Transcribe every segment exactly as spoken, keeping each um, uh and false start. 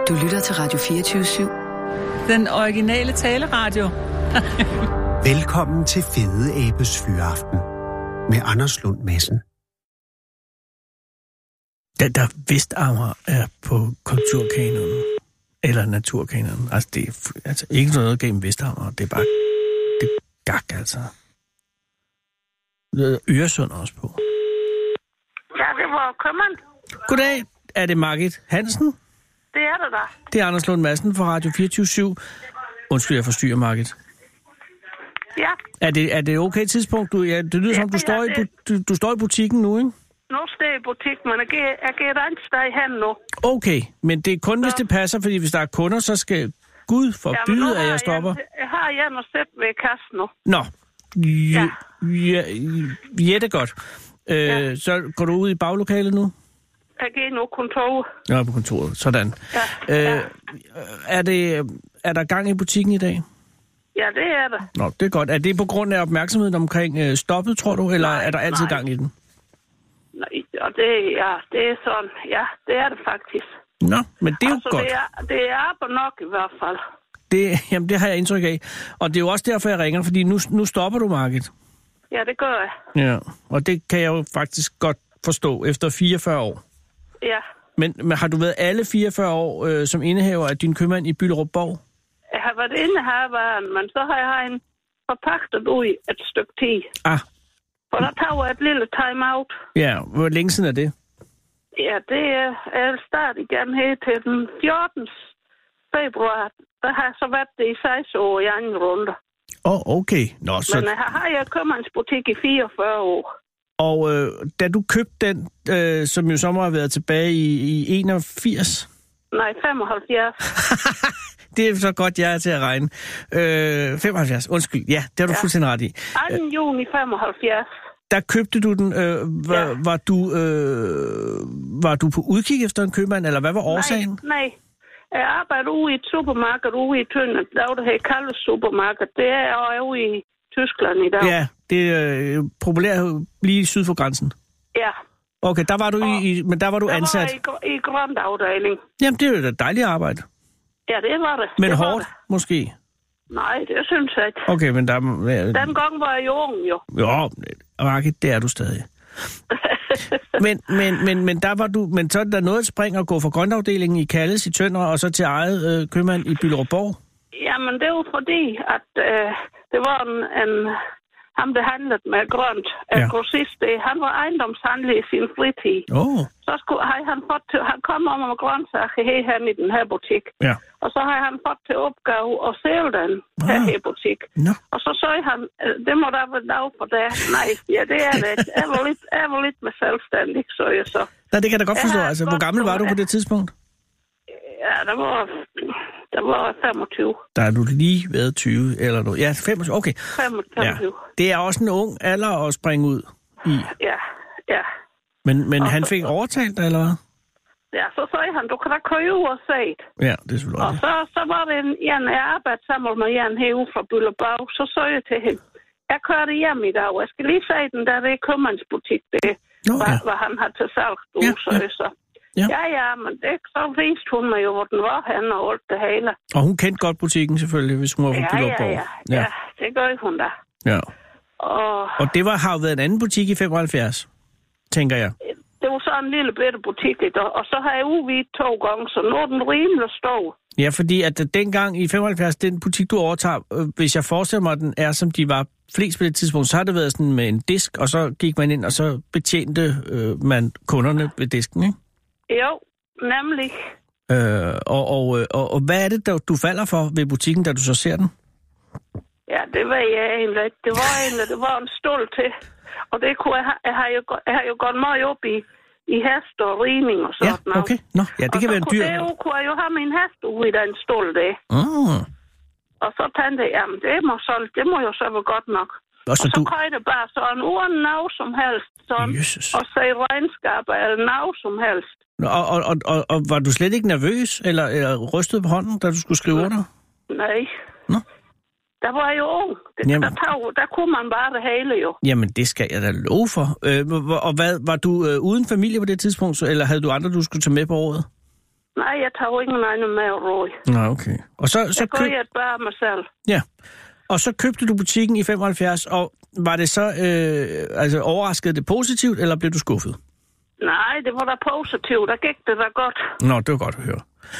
Du lytter til Radio fireogtyve syv. Den originale taleradio. Velkommen til Fede Abes Fyraften med Anders Lund Madsen. Den der Vestamager er på kulturkanonen. Eller naturkanonen. Altså, det er altså, ikke noget gennem Vestamager. Det er bare... Det er gak, altså. Øresund også på. Ja, det var købmand. Goddag. Er det Margit Hansen? Det er det da. Det er Anders Lund Madsen fra Radio fireogtyve syv. Undskyld, jeg forstyrrer, Margit. Ja. Er det, er det okay tidspunkt? Du, ja, det lyder ja, som, du står, i, du, du står i butikken nu, ikke? Nu står jeg i butik, men jeg går, jeg går et andet sted hen nu. Okay, men det er kun, så. Hvis det passer, fordi hvis der er kunder, så skal Gud forbyde, ja, at jeg stopper. Jeg, jeg har Jan og sæt ved kassen nu. Nå. Ja. Ja, ja, det er godt. Øh, ja. Så går du ud i baglokalet nu? Jeg går nu kontoret. Ja, på kontoret. Sådan. Ja. Øh, er, det, er der gang i butikken i dag? Ja, det er det. Nå, det er godt. Er det på grund af opmærksomheden omkring øh, stoppet, tror du? Eller nej, er der altid nej. gang i den? Nej, og det, ja, det er sådan. Ja, det er det faktisk. Nå, men det er altså, jo godt. Det er, det er på nok i hvert fald. Det, jamen, det har jeg indtryk af. Og det er jo også derfor, jeg ringer, fordi nu, nu stopper du, Margit. Ja, det gør jeg. Ja, og det kan jeg jo faktisk godt forstå efter fireogfyrre år. Ja. Men, men har du været alle fireogfyrre år øh, som indehaver af din købmand i Bylderupborg? Jeg har været indehaveren, men så har jeg en forpagtet ud et stykke tid. Ah. For der tager jeg et lille time-out. Ja, hvor længe siden er det? Ja, det er jeg start igen her til den fjortende februar. Der har jeg så været det i seks år i anden runde. Åh, oh, okay. Nå, så... Men jeg har jeg købmandsbutik i fireogfyrre år. Og øh, da du købte den, øh, som jo så må have været tilbage i, i enogfirs? Nej, femoghalvfjerds. Det er så godt, jeg er til at regne. Øh, femoghalvfjerds, undskyld. Ja, det har du ja. fuldstændig ret i. anden juni femoghalvfjerds. Der købte du den. Øh, var, ja. var, du, øh, var du på udkig efter en købmand, eller hvad var årsagen? Nej, nej. Jeg arbejder ude i et supermarked ude i Tønder. Der er det her kaldes supermarked. Det er jeg ude i Tyskland i dag. Ja, det er øh, populært lige syd for grænsen. Ja. Okay, der var du og i, men der var du der ansat. Der var jeg i, i grøntafdeling. Jamen, det er jo da dejligt arbejde. Ja, det var det. Men det hårdt, det. måske? Nej, det synes jeg ikke. Okay, men der... Ja, den gang var jeg jo ung, jo. Jo, Margit, det er du stadig. men, men, men, men der var du... Men så er der noget at springe og gå fra grøntafdelingen i Kalles i Tønder, og så til eget øh, købmand i Bylderupborg? Jamen, det var fordi, at øh, det var en... en ham, der handlede med grønt, ja. grossist, han var ejendomshandler i sin fritid. Oh. Så skulle, har han fået til, han kom om med grøntsager her, her i den her butik. Ja. Og så har han fået til opgave at sælge den ah. her, her butik. No. Og så sagde han, det må der være dag for det. Nej, ja, det er det. Jeg var lidt, jeg var lidt med selvstændig, så jeg så. Nej, det kan jeg da godt forstå. Altså, hvor gammel var du på det tidspunkt? Ja, der var... Der var femogtyve. Der er du lige været tyve eller noget. Ja, femogtyve. Okay. femogtyve. Ja. Det er også en ung alder at springe ud i. Ja, ja. Men, men og han så, fik overtalt dig, eller hvad? Ja, så sagde han, du kan da køre ud og se det. Ja, det er selvfølgelig. Og så, så var det en, en jeg arbejdede sammen med en herude fra Bylderborg. Så sagde jeg til hende, jeg kører det hjem i dag. Jeg skal lige se den der, det er købmandsbutik, det Nå, var, ja. hvad han har til salg. Ja, så ja. jeg så. Ja. ja, ja, men det, så viste hun mig jo, hvor den var henne og alt det hele. Og hun kendte godt butikken selvfølgelig, hvis hun var fra ja, Bylderupborg. Ja, ja, ja, ja, det gør hun da. Ja. Og, og det var, har jo været en anden butik i femoghalvfjerds, tænker jeg. Det var så en lille bitte butik, og så har jeg udvidet to gange, så nu er den rimelig stor. Ja, fordi at dengang i femoghalvfjerds, den butik, du overtager, øh, hvis jeg forestiller mig, at den er, som de var flest på det tidspunkt, så har det været sådan med en disk, og så gik man ind, og så betjente øh, man kunderne ved disken, ikke? Jo, nemlig. Øh, og, og, og, og hvad er det, der du falder for ved butikken, da du så ser den? Ja, det var jeg egentlig ikke. Det var egentlig, det var en stol til. Og det kunne jeg, jeg, har, jo, jeg har jo gået meget op i, i hest og ridning og sådan noget. Ja, okay. Nå, ja, det og kan være en dyr. Og så kunne jeg jo have min hest ude i den stol der. Mm. Og så tænkte jeg, jamen det må, så, det må jo så være godt nok. Og så, og så du... køjte det bare sådan uden noget som helst. Sådan, og sagde regnskaber eller noget som helst. Og, og, og, og, og var du slet ikke nervøs eller, eller rystet på hånden, da du skulle skrive under? Nej. Nå. Der var jeg jo ung. Det, der, tag, der kunne man bare det hele jo. Jamen, det skal jeg da love for. Øh, og hvad, var du øh, uden familie på det tidspunkt, eller havde du andre, du skulle tage med på året? Nej, jeg tager jo ingen egen med at råd. Nå, okay. Og så, så jeg gør køb... jeg bare mig selv. Ja. Og så købte du butikken i femoghalvfjerds, og var det så, øh, altså overraskede det positivt, eller blev du skuffet? Nej, det var da positivt. Der gik det da godt. Nå, det var godt at høre.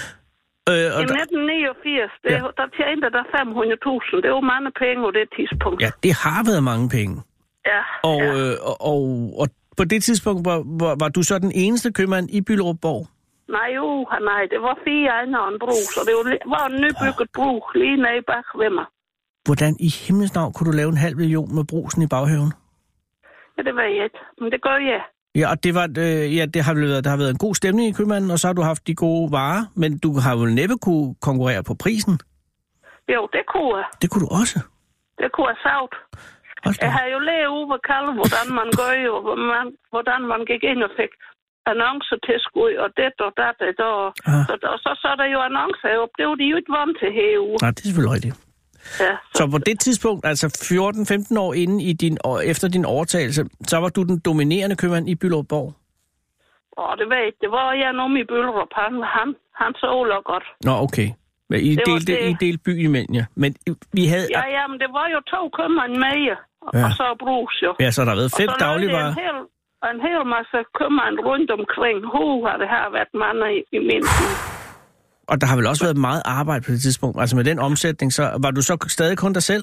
Øh, og I nitten niogfirs, det, ja. der tjente der fem hundrede tusind. Det var mange penge på det tidspunkt. Ja, det har været mange penge. Ja, Og, ja. øh, og, og, og på det tidspunkt var, var, var du så den eneste købmand i Bylderupborg? Nej, jo, nej, det var fire andre og en brug, så det var, var en nybygget brug lige nede bag ved mig. Hvordan i himlens navn kunne du lave en halv million med brusen i baghaven? Ja, det ved jeg ikke, men det gør jeg. Ja, og det, var, øh, ja, det har været, der har været en god stemning i købmanden, og så har du haft de gode varer, men du har vel næppe kunne konkurrere på prisen? Jo, det kunne jeg. Det kunne du også? Det kunne jeg sagt. Jeg har jo lært ude ved Kalle, hvordan man gør jo, hvordan, hvordan man gik ind og fik annoncer tilskud, og det og dat, og, så, og så, så er der jo annoncer op. Det var de jo ikke vant til herude. Nej, det er selvfølgelig rigtigt. Ja, så... så på det tidspunkt, altså fjorten femten år inden i din, efter din overtagelse, så var du den dominerende købmand i Bylderupborg? Åh, det ved jeg ikke. Det var jeg nu i Bylderup. Han, han, han så godt. Nå, okay. Men I delte, det... I delte by imellem, ja. Men vi havde... Ja, ja, men det var jo to købmænd med, ja. Ja. Og så brugs jo. Ja, så der har været fem dagligvarer. Og så en hel, en hel masse købmænd rundt omkring. Hu, har det her været mange i, i min tid. Og der har vel også været meget arbejde på det tidspunkt. Altså med den omsætning, så var du så stadig kun dig selv?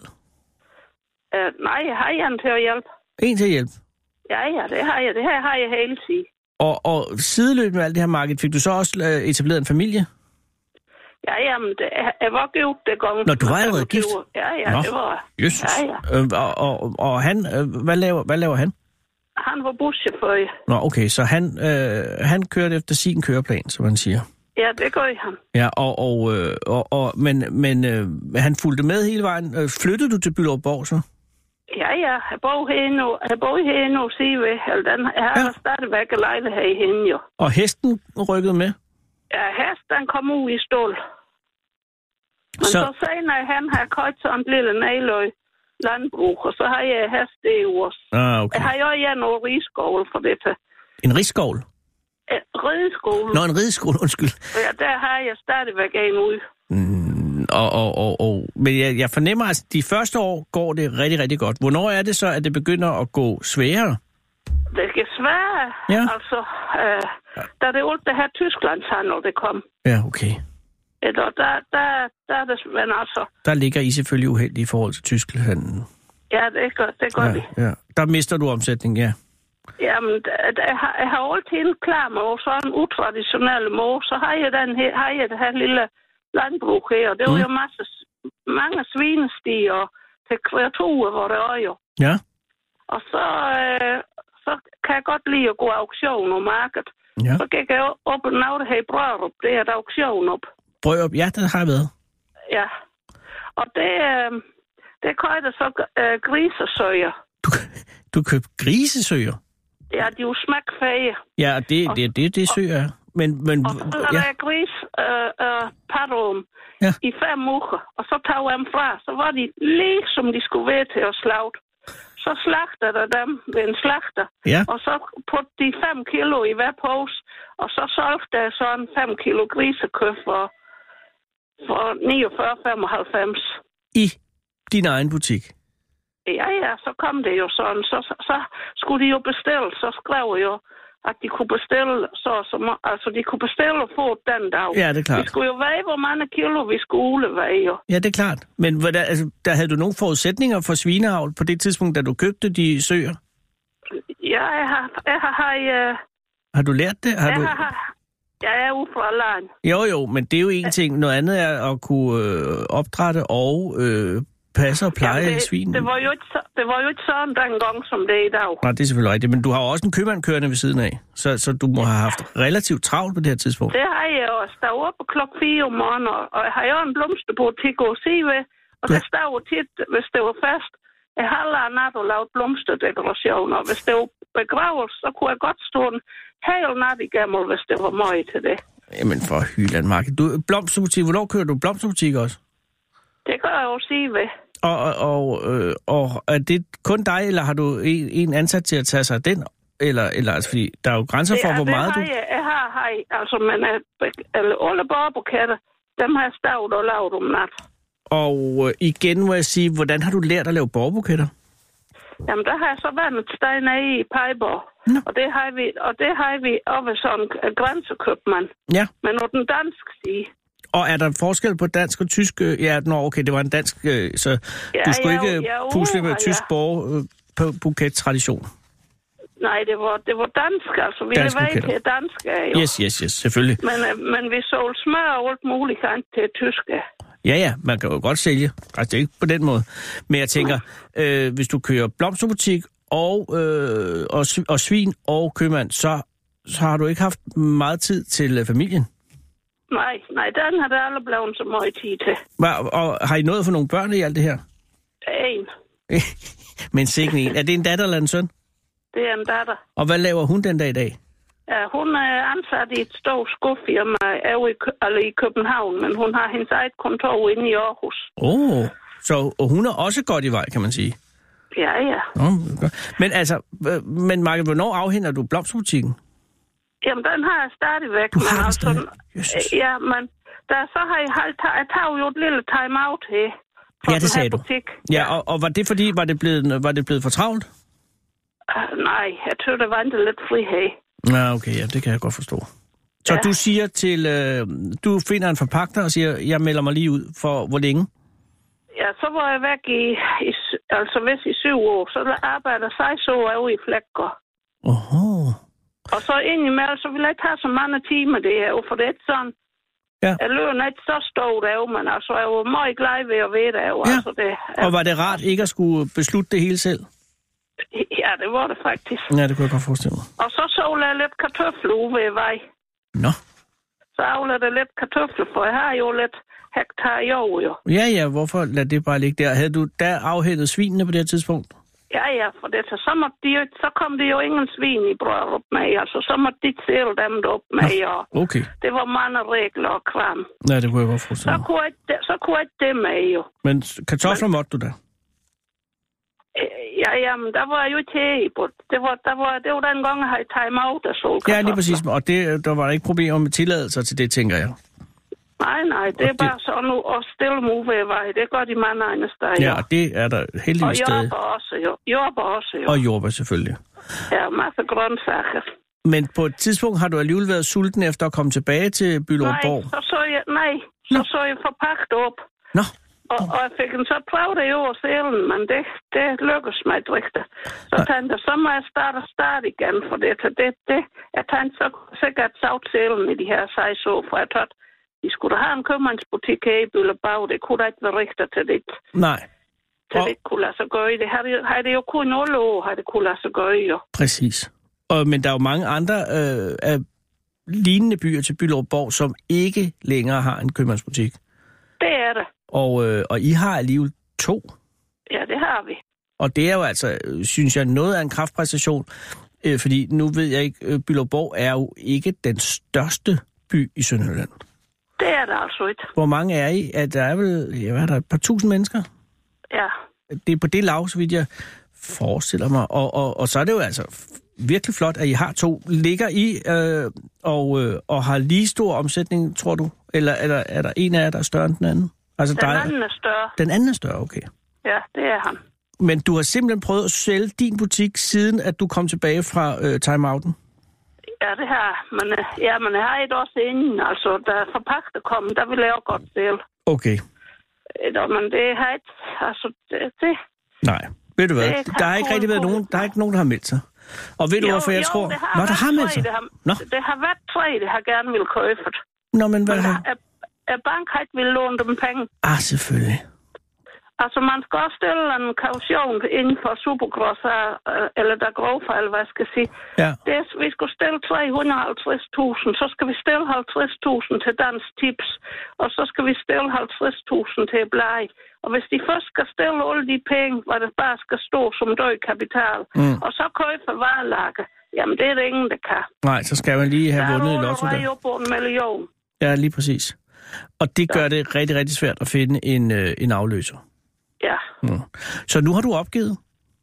Uh, nej, jeg har en til at hjælpe. En til at hjælpe? Ja, ja, det har jeg. Det her har jeg hele tiden. Og, og sideløbende med alt det her marked, fik du så også uh, etableret en familie? Ja, jamen, det, jeg var gift det gang. Nå, du var allerede gift? Ja, ja, Nå, det var Jesus. Ja, ja. Øh, og, og, og han, øh, hvad, laver, hvad laver han? Han var buschauffør. Nå, okay, så han, øh, han kørte efter sin køreplan, som man siger. Ja, det gør han. Ja, og, og, øh, og, og men, men øh, han fulgte med hele vejen. Øh, flyttede du til Bylderupborg så? Ja, ja. Jeg bor herinde, jeg bor herinde og siger ved, eller den, jeg har ja. stadigvæk lejlighed herinde, jo. Og hesten rykkede med? Ja, hest, den kom ud i stål. Men så, så senere, han har købt sådan en lille næløg landbrug, og så har jeg hest det i også. Ah, okay. Jeg har jo igen noget rigsskål for dette. En rigsskål? En rideskål. Nå, en rideskål, undskyld. Ja, der har jeg stadigvæk en ud. Mm, og, og, og, og, men jeg, jeg fornemmer, at de første år går det rigtig, rigtig godt. Hvornår er det så, at det begynder at gå sværere? Det er sværere. Ja. Altså, øh, da det alt det her Tysklandshandel, det kom. Ja, okay. Eller der, der, der er det, men altså... Der ligger I selvfølgelig uheldigt i forhold til Tysklandshandlen. Ja, det gør, det gør ja, vi. Ja. Der mister du omsætning, ja. Jamen, jeg har, jeg har altid klar med sådan en utraditionel måde, så har jeg, den her, har jeg det her lille landbrug her, og det er mm. jo masse, mange svinestier til kreaturer, hvor det er jo. Ja. Og så, øh, så kan jeg godt lide at gå auktion og markedet. Ja. Så gik jeg op og navn det her i Brørup, det er et auktion op. Brørup, ja, det har jeg været. Ja, og det, øh, det køjte så øh, grisesøger. Du, du købte grisesøger? Ja, de er jo smækfæge. Ja, det er det, det, det søger jeg. Men, men, og så lader ja. jeg gris øh, øh, padrum ja. i fem uger, og så tager jeg dem fra. Så var de lige som de skulle være til at slagte. Så slagter der dem ved en slagter, ja. og så putte de fem kilo i hver pose, og så solgte jeg sådan fem kilo grisekød for, for niogfyrre femoghalvfems. I din egen butik? Ja, ja, så kom det jo sådan. Så, så, så skulle de jo bestille, så skrev jeg jo, at de kunne bestille, så, så, altså de kunne bestille og få den dag. Ja, det er klart. Vi skulle jo veje, hvor mange kilo vi skulle veje jo. Ja, det er klart. Men hvordan, altså, der havde du nogle forudsætninger for svineavl på det tidspunkt, da du købte de søer? Ja, jeg har... Jeg har, jeg, uh... har du lært det? Har jeg du... har... Jeg er ude fra land. Jo, jo, men det er jo en ting. Noget andet er at kunne øh, opdrætte og øh, passe og pleje Jamen, det, svinen. Det var, jo ikke, det var jo ikke sådan dengang, som det er i dag. Nej, det er selvfølgelig rigtigt. Men du har jo også en købmand kørende ved siden af. Så, så du må have haft relativt travlt på det her tidspunkt. Det har jeg også. Der var oppe klokken fire om morgenen, og jeg har jo en blomsterbutik at se ved. Og ja. Der stod jo tit, hvis det var fast, jeg har lavet nat og lavet blomsterdekorationer. Og hvis det var begravelse, så kunne jeg godt stå en hel nat igennem, hvis det var meget til det. Jamen for Hyland, Mark. Du, blomsterbutik, hvornår kører du blomsterbutik også? Det kan jeg jo sige ved. Og, og, og, øh, og er det kun dig, eller har du en, en ansat til at tage sig af den? Eller, eller altså, fordi der er jo grænser for, det, hvor det meget har du... Jeg, jeg har, nej, altså, men eller, alle borgerbuketter, dem har jeg stavet og lavet om nat. Og øh, igen må jeg sige, hvordan har du lært at lave borgerbuketter? Jamen, der har jeg så været et sted nede i Pejborg. Nå. Og det har vi, og det har vi oppe sådan en grænsekøbmand. Ja. Men på den danske side. Og er der forskel på dansk og tysk? Ja, nå, okay, det var en dansk, øh, så ja, du skulle ja, ikke ja, pusle med ja. tysk borgerbuket-tradition. Nej, det var, det var dansk, altså. Vi Dansk er væk buketter. til dansk, jo. Yes, yes, yes, selvfølgelig. Men, øh, men vi solgte smør og alt muligt andet til tyske. Ja, ja, man kan jo godt sælge. Altså, det er ikke på den måde. Men jeg tænker, øh, hvis du kører blomsterbutik og, øh, og, og svin og købmand, så, så har du ikke haft meget tid til øh, familien. Nej, nej, den har der aldrig blevet så meget tid til. Hva, og har I nået at få nogle børn i alt det her? En. Men sikke en. Er det en datter eller en søn? Det er en datter. Og hvad laver hun den dag i dag? Ja, hun er ansat i et stort skufirma i, eller i København, men hun har hendes eget kontor inde i Aarhus. Åh, oh, så og hun er også godt i vej, kan man sige. Ja, ja. Oh, men altså, men Marke, hvornår afhænder du blomsterbutikken? Jamen, den har jeg stadigvæk. Du har men den altså, stadig? Ja, men der, så har jeg, jeg taget jo et lille time-out her. Ja, det sagde du. Butik. Ja, og, og var det fordi, var det blevet, var det blevet for travlt? Uh, nej, jeg tror, det var ikke lidt frihed. Ja, okay, ja, det kan jeg godt forstå. Så ja. Du siger til, øh, du finder en forpagter og siger, jeg melder mig lige ud for hvor længe? Ja, så var jeg væk i, i altså vist i syv år, så der arbejder seks år ude i Flækker. Oho. Og så indimellem, så vil jeg ikke have så mange timer det her, for det er ikke sådan, ja. Jeg løber ikke så stort af, men altså, jeg var meget glad ved at vide det. Ja. Altså, det og var det rart ikke at skulle beslutte det hele selv? Ja, det var det faktisk. Ja, det kunne jeg godt forestille mig. Og så sålede jeg lidt kartofler ude ved vej. Nå. Så aflede jeg lidt kartofler, for jeg har jo lidt hektar jord, jo. Ja, ja, hvorfor lad det bare ligge der? Havde du der afhændet svinene på det her tidspunkt? Ja, ja, for det, så, så, de jo, så kom det jo ingen svin i Brørup med, altså så måtte de sælge dem op med, og okay. Det var mange regler og kram. Ja, det kunne jeg godt forstå. Så kunne jeg, så kunne jeg det med, jo. Men kartofler Men, måtte du da? Ja, jamen, der var jeg jo ikke her. Det var, der var, det var den gang, jeg havde time-out, der så kartofler. Ja, lige præcis, og det, der var ikke problemer med tilladelser til det, tænker jeg. Nej, nej, det er det... bare sådan nu at stille movevej. Det gør de mange andre steder. Ja, og det er der heldigvis stadig. Og jordbær også, jo. Jordbær også, jo. Og jordbær, selvfølgelig. Ja, masser grøntsager. Men på et tidspunkt har du alligevel været sulten efter at komme tilbage til Bylderup-Borg? Nej, så så jeg, nej, så Nå. så jeg forpagt op. Nå. Og, og jeg fik en så prøve det jo over selen, men det, det lykkedes mig ikke rigtigt. Så ja. tænkte jeg, så må jeg starte og starte igen for det. Så det, det jeg tænkte så sikkert savt selen i de her seks år, for jeg tørt, de skulle da have en købmandsbutik her i Bylderup-Borg. Det kunne da ikke være rigtigt til det. Nej. Til og... det ikke kunne lade sig gøre. Det har det, har det jo kun nul år, har det kunne lade sig gøre, jo. Præcis. Og, men der er jo mange andre øh, af lignende byer til Bylderup-Borg, som ikke længere har en købmandsbutik. Det er det. Og, øh, og I har alligevel to. Ja, det har vi. Og det er jo altså, synes jeg, noget af en kraftpræstation. Øh, fordi nu ved jeg ikke, øh, Bylderup-Borg er jo ikke den største by i Sønderjylland. Det er der altså ikke. Hvor mange er I? At der er vel, ja, hvad er der, et par tusind mennesker? Ja. Det er på det lav, så vidt jeg forestiller mig. Og, og, og så er det jo altså virkelig flot, at I har to. Ligger I øh, og, øh, og har lige stor omsætning, tror du? Eller, eller er der en af jer, der er større end den anden? Altså, den der anden er større. Den anden er større, okay. Ja, det er han. Men du har simpelthen prøvet at sælge din butik, siden at du kom tilbage fra øh, time-outen? Ja, det har men, ja, men jeg har et også inden. Altså, da forpagter kom, der ville jeg også godt sælge. Okay. Nå, men det har ikke... Altså, det... det Nej, ved du hvad? Der har ikke rigtig været nogen, der er ikke nogen, der har meldt sig. Og ved jo, du, hvorfor jeg jo, tror... Nå, der har meldt sig. Det har, Nå. det har været tre, der har gerne ville købe det. Nå, men hvad har... Er bank har ikke ville låne dem penge. Ah, selvfølgelig. Altså, man skal også stille en kaution inden for Supercross, eller der grovfald, eller hvad jeg skal sige. Ja. Det er, vi skulle stille tre hundrede og halvtreds tusind, så skal vi stille halvtreds tusind til Dansk Tips, og så skal vi stille halvtreds tusind til Blej. Og hvis de først skal stille alle de penge, hvor det bare skal stå som død kapital, mm. og så købe varelager, jamen det er det ingen, der kan. Nej, så skal man lige have der vundet i lotto der. Der er jo på en million. Ja, lige præcis. Og det gør det rigtig, rigtig svært at finde en, øh, en afløser. Ja. Mm. Så nu har du opgivet?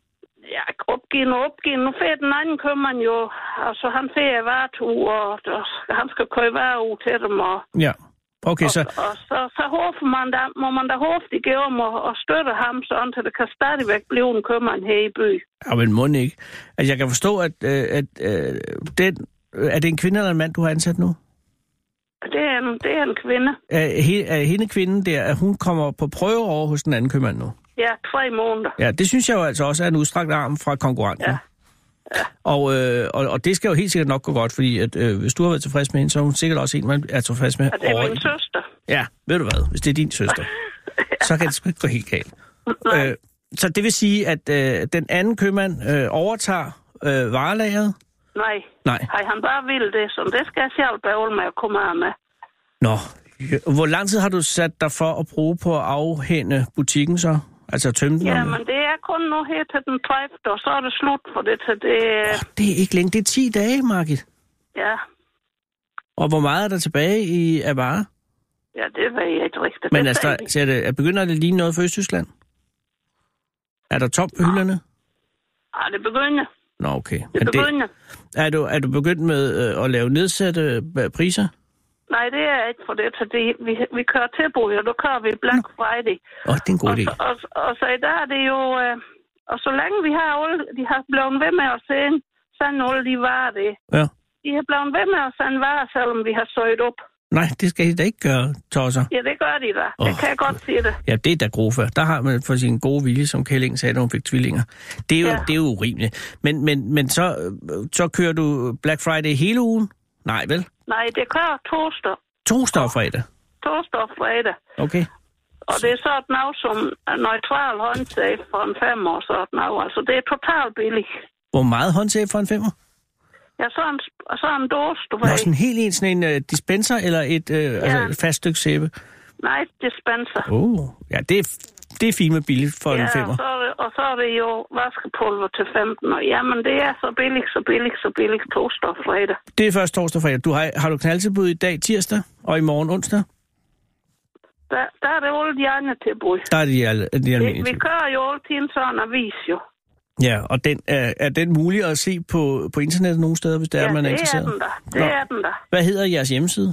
Ja, opgiven og opgiven. Nu får den anden købmand jo, altså han får varetur, og han skal købe varer ud til dem, og... Ja. Okay, og, så... Og så, så håber man da, må man da håbe, de giver om og, og støtte ham, sådan, så det kan stadigvæk blive en købmand her i by. Ja, men må ikke. Altså, jeg kan forstå, at, øh, at øh, den... Er det en kvinde eller en mand, du har ansat nu? Det er en, det er en kvinde. Er, he, er hende kvinden der, at hun kommer på prøve over hos den anden købmand nu? Ja, tre måneder. Ja, det synes jeg jo altså også er en udstrakt arm fra konkurrenten. Ja. Ja. Og, øh, og, og det skal jo helt sikkert nok gå godt, fordi at, øh, hvis du har været tilfreds med hende, så er hun sikkert også en, man er tilfreds med. Ja, det er min søster. Ja, ved du hvad? Hvis det er din søster, ja. Så kan det sgu ikke gå helt galt. Øh, så det vil sige, at øh, den anden købmand øh, overtager øh, varelageret? Nej. Nej. Hej, han bare vil det, så det skal jeg selv bævle med at komme af med. Nå, hvor lang tid har du sat dig for at bruge på at afhænde butikken så? Altså tømme den? Ja, men det er kun nu her til den tredivte, og så er det slut for det til det... Oh, det er ikke længe, det er ti dage, Margit. Ja. Og hvor meget er der tilbage i af varer? Ja, det ved jeg ikke rigtigt. Men altså, der, det, er begynder det lige noget for Østtyskland? Er der top på hylderne? Ja, det begynder. Nå, okay. Det begynder. Det, er, du, er du begyndt med øh, at lave nedsatte øh, priser? Nej, det er ikke for det. det vi, vi kører tilbud, og nu kører vi Black Friday. Åh, oh, det er en god idé. Og, og, og så i dag er det jo... Øh, og så længe vi har alle, de har blevet ved med at sende, sende alle de varer det. Ja. De har blevet ved med at sende varer, selvom vi har søgt op. Nej, det skal I da ikke gøre, tosser. Ja, det gør de da. Oh, det kan jeg godt sige det. Ja, det er da grofa. Der har man for sin gode vilje, som Kælling sagde, når hun fik tvillinger. Det er jo, ja. det er jo urimeligt. Men, men, men så, så kører du Black Friday hele ugen? Nej, vel? Nej, det kører torsdag. Torsdag og fredag? Torsdag og fredag. Okay. Og det er sådan noget som neutral håndsæbe for en femmer og sådan noget. Altså, det er totalt billigt. Hvor meget håndsæbe for en femmer? Ja, så en, så en dåse, du ved. Nå, sådan helt en, sådan en uh, dispenser eller et, uh, ja. altså et fast stykke sæbe? Nej, dispenser. Oh, ja, det er, det er fint med billigt for ja, en femmer. Og så, det, og så er det jo vaskepulver til femten. Og jamen, det er så billigt, så billigt, så billigt torsdag og fredag. Det er først torsdag og fredag. Du har, har du knaldtilbud i dag tirsdag og i morgen onsdag? Der, der er det alle de andre tilbud. Der er de, de, de almindelige. Vi kører jo altid en sådan avis, jo. Ja, og den, er, er den mulig at se på, på internettet nogle steder, hvis det ja, er, man er interesseret? Ja, det er den der. Det Nå. er den der. Hvad hedder jeres hjemmeside?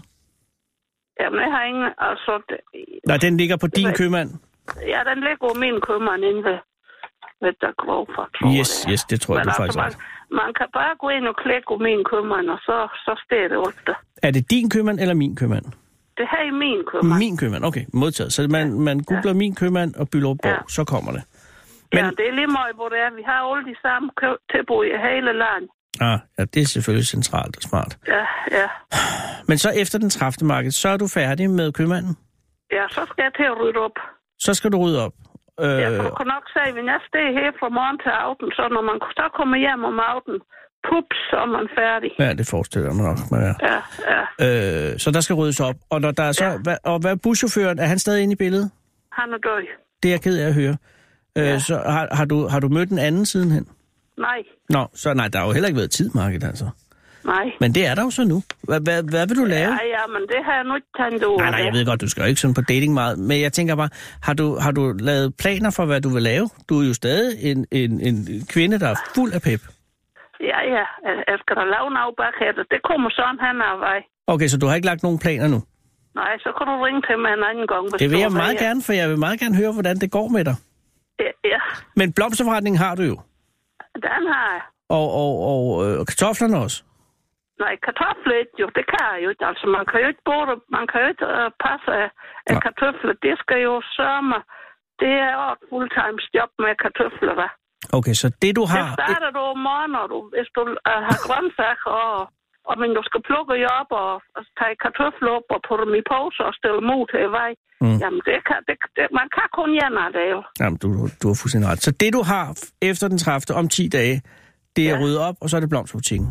Jamen, jeg har ingen... Altså, det, Nej, den ligger på din købmand? Ja, den ligger på min købmand inde ved, ved der Grover, tror yes, jeg. Yes, det tror jeg, Men du altså, faktisk man, man kan bare gå ind og klikke på min købmand, og så, så står det alt der. Er det din købmand eller min købmand? Det her er min købmand. Min købmand, okay. Modtaget. Så man, man googler ja. min købmand og Byllovborg, ja. så kommer det. Men... Ja, det er lige meget, hvor det er. Vi har alle de samme tilbud i hele landet. Ah, ja, det er selvfølgelig centralt og smart. Ja, ja. Men så efter den tredivte marked, så er du færdig med købmanden? Ja, så skal jeg til at rydde op. Så skal du rydde op? Øh... Ja, for du kan nok sige, at vi næste dag her fra morgen til aften, så når man så kommer hjem om aften, pups, så er man færdig. Ja, det forestiller mig nok. Men ja. Ja, ja. Øh, så der skal ryddes op. Og, når der er så, ja. hvad, og hvad er buschaufføren? Er han stadig inde i billedet? Han er død. Det er jeg ked af at høre. Ja. Øh, så har, har, du, har du mødt en anden sidenhen? Nej. Nå, så nej, der har jo heller ikke været tid, Margit, altså. Nej. Men det er der jo så nu. Hvad, hvad, hvad vil du lave? Ja, ja, men det har jeg nu ikke tænkt over. Nej, nej, jeg ved godt, du skal jo ikke sådan på dating meget. Men jeg tænker bare, har du, har du lavet planer for, hvad du vil lave? Du er jo stadig en, en, en kvinde, der er fuld af pep. Ja, ja. Jeg skal da lave noget bagefter. Det kommer sådan hen ad vej. Okay, så du har ikke lagt nogen planer nu? Nej, så kan du ringe til mig en anden gang. Det vil jeg meget gerne, for jeg vil meget gerne høre, hvordan det går med dig. Ja, ja. Men blomsterforretningen har du jo. Den har jeg. Og, og, og, øh, og kartoflerne også? Nej, kartofler jo, det kan jeg jo ikke. Altså, man kan jo ikke både, man kan jo ikke uh, passe af uh, kartofler. Det skal jo sørme. Det er jo et fulltimes job med kartofler, da. Okay, så det du har... Det starter du om morgenen, du, hvis du uh, har grøntsager, og, og men du skal plukke jer op og, og tage kartofler op og putte dem i pose og stille dem ud til vej. Mm. Jamen, det kan, det, det, man kan kun gjerne det jo. Jamen, du, du har fuldstændig ret. Så det du har efter den tredivte om ti dage, det er ja. ryddet op, og så er det blomsterbutikken?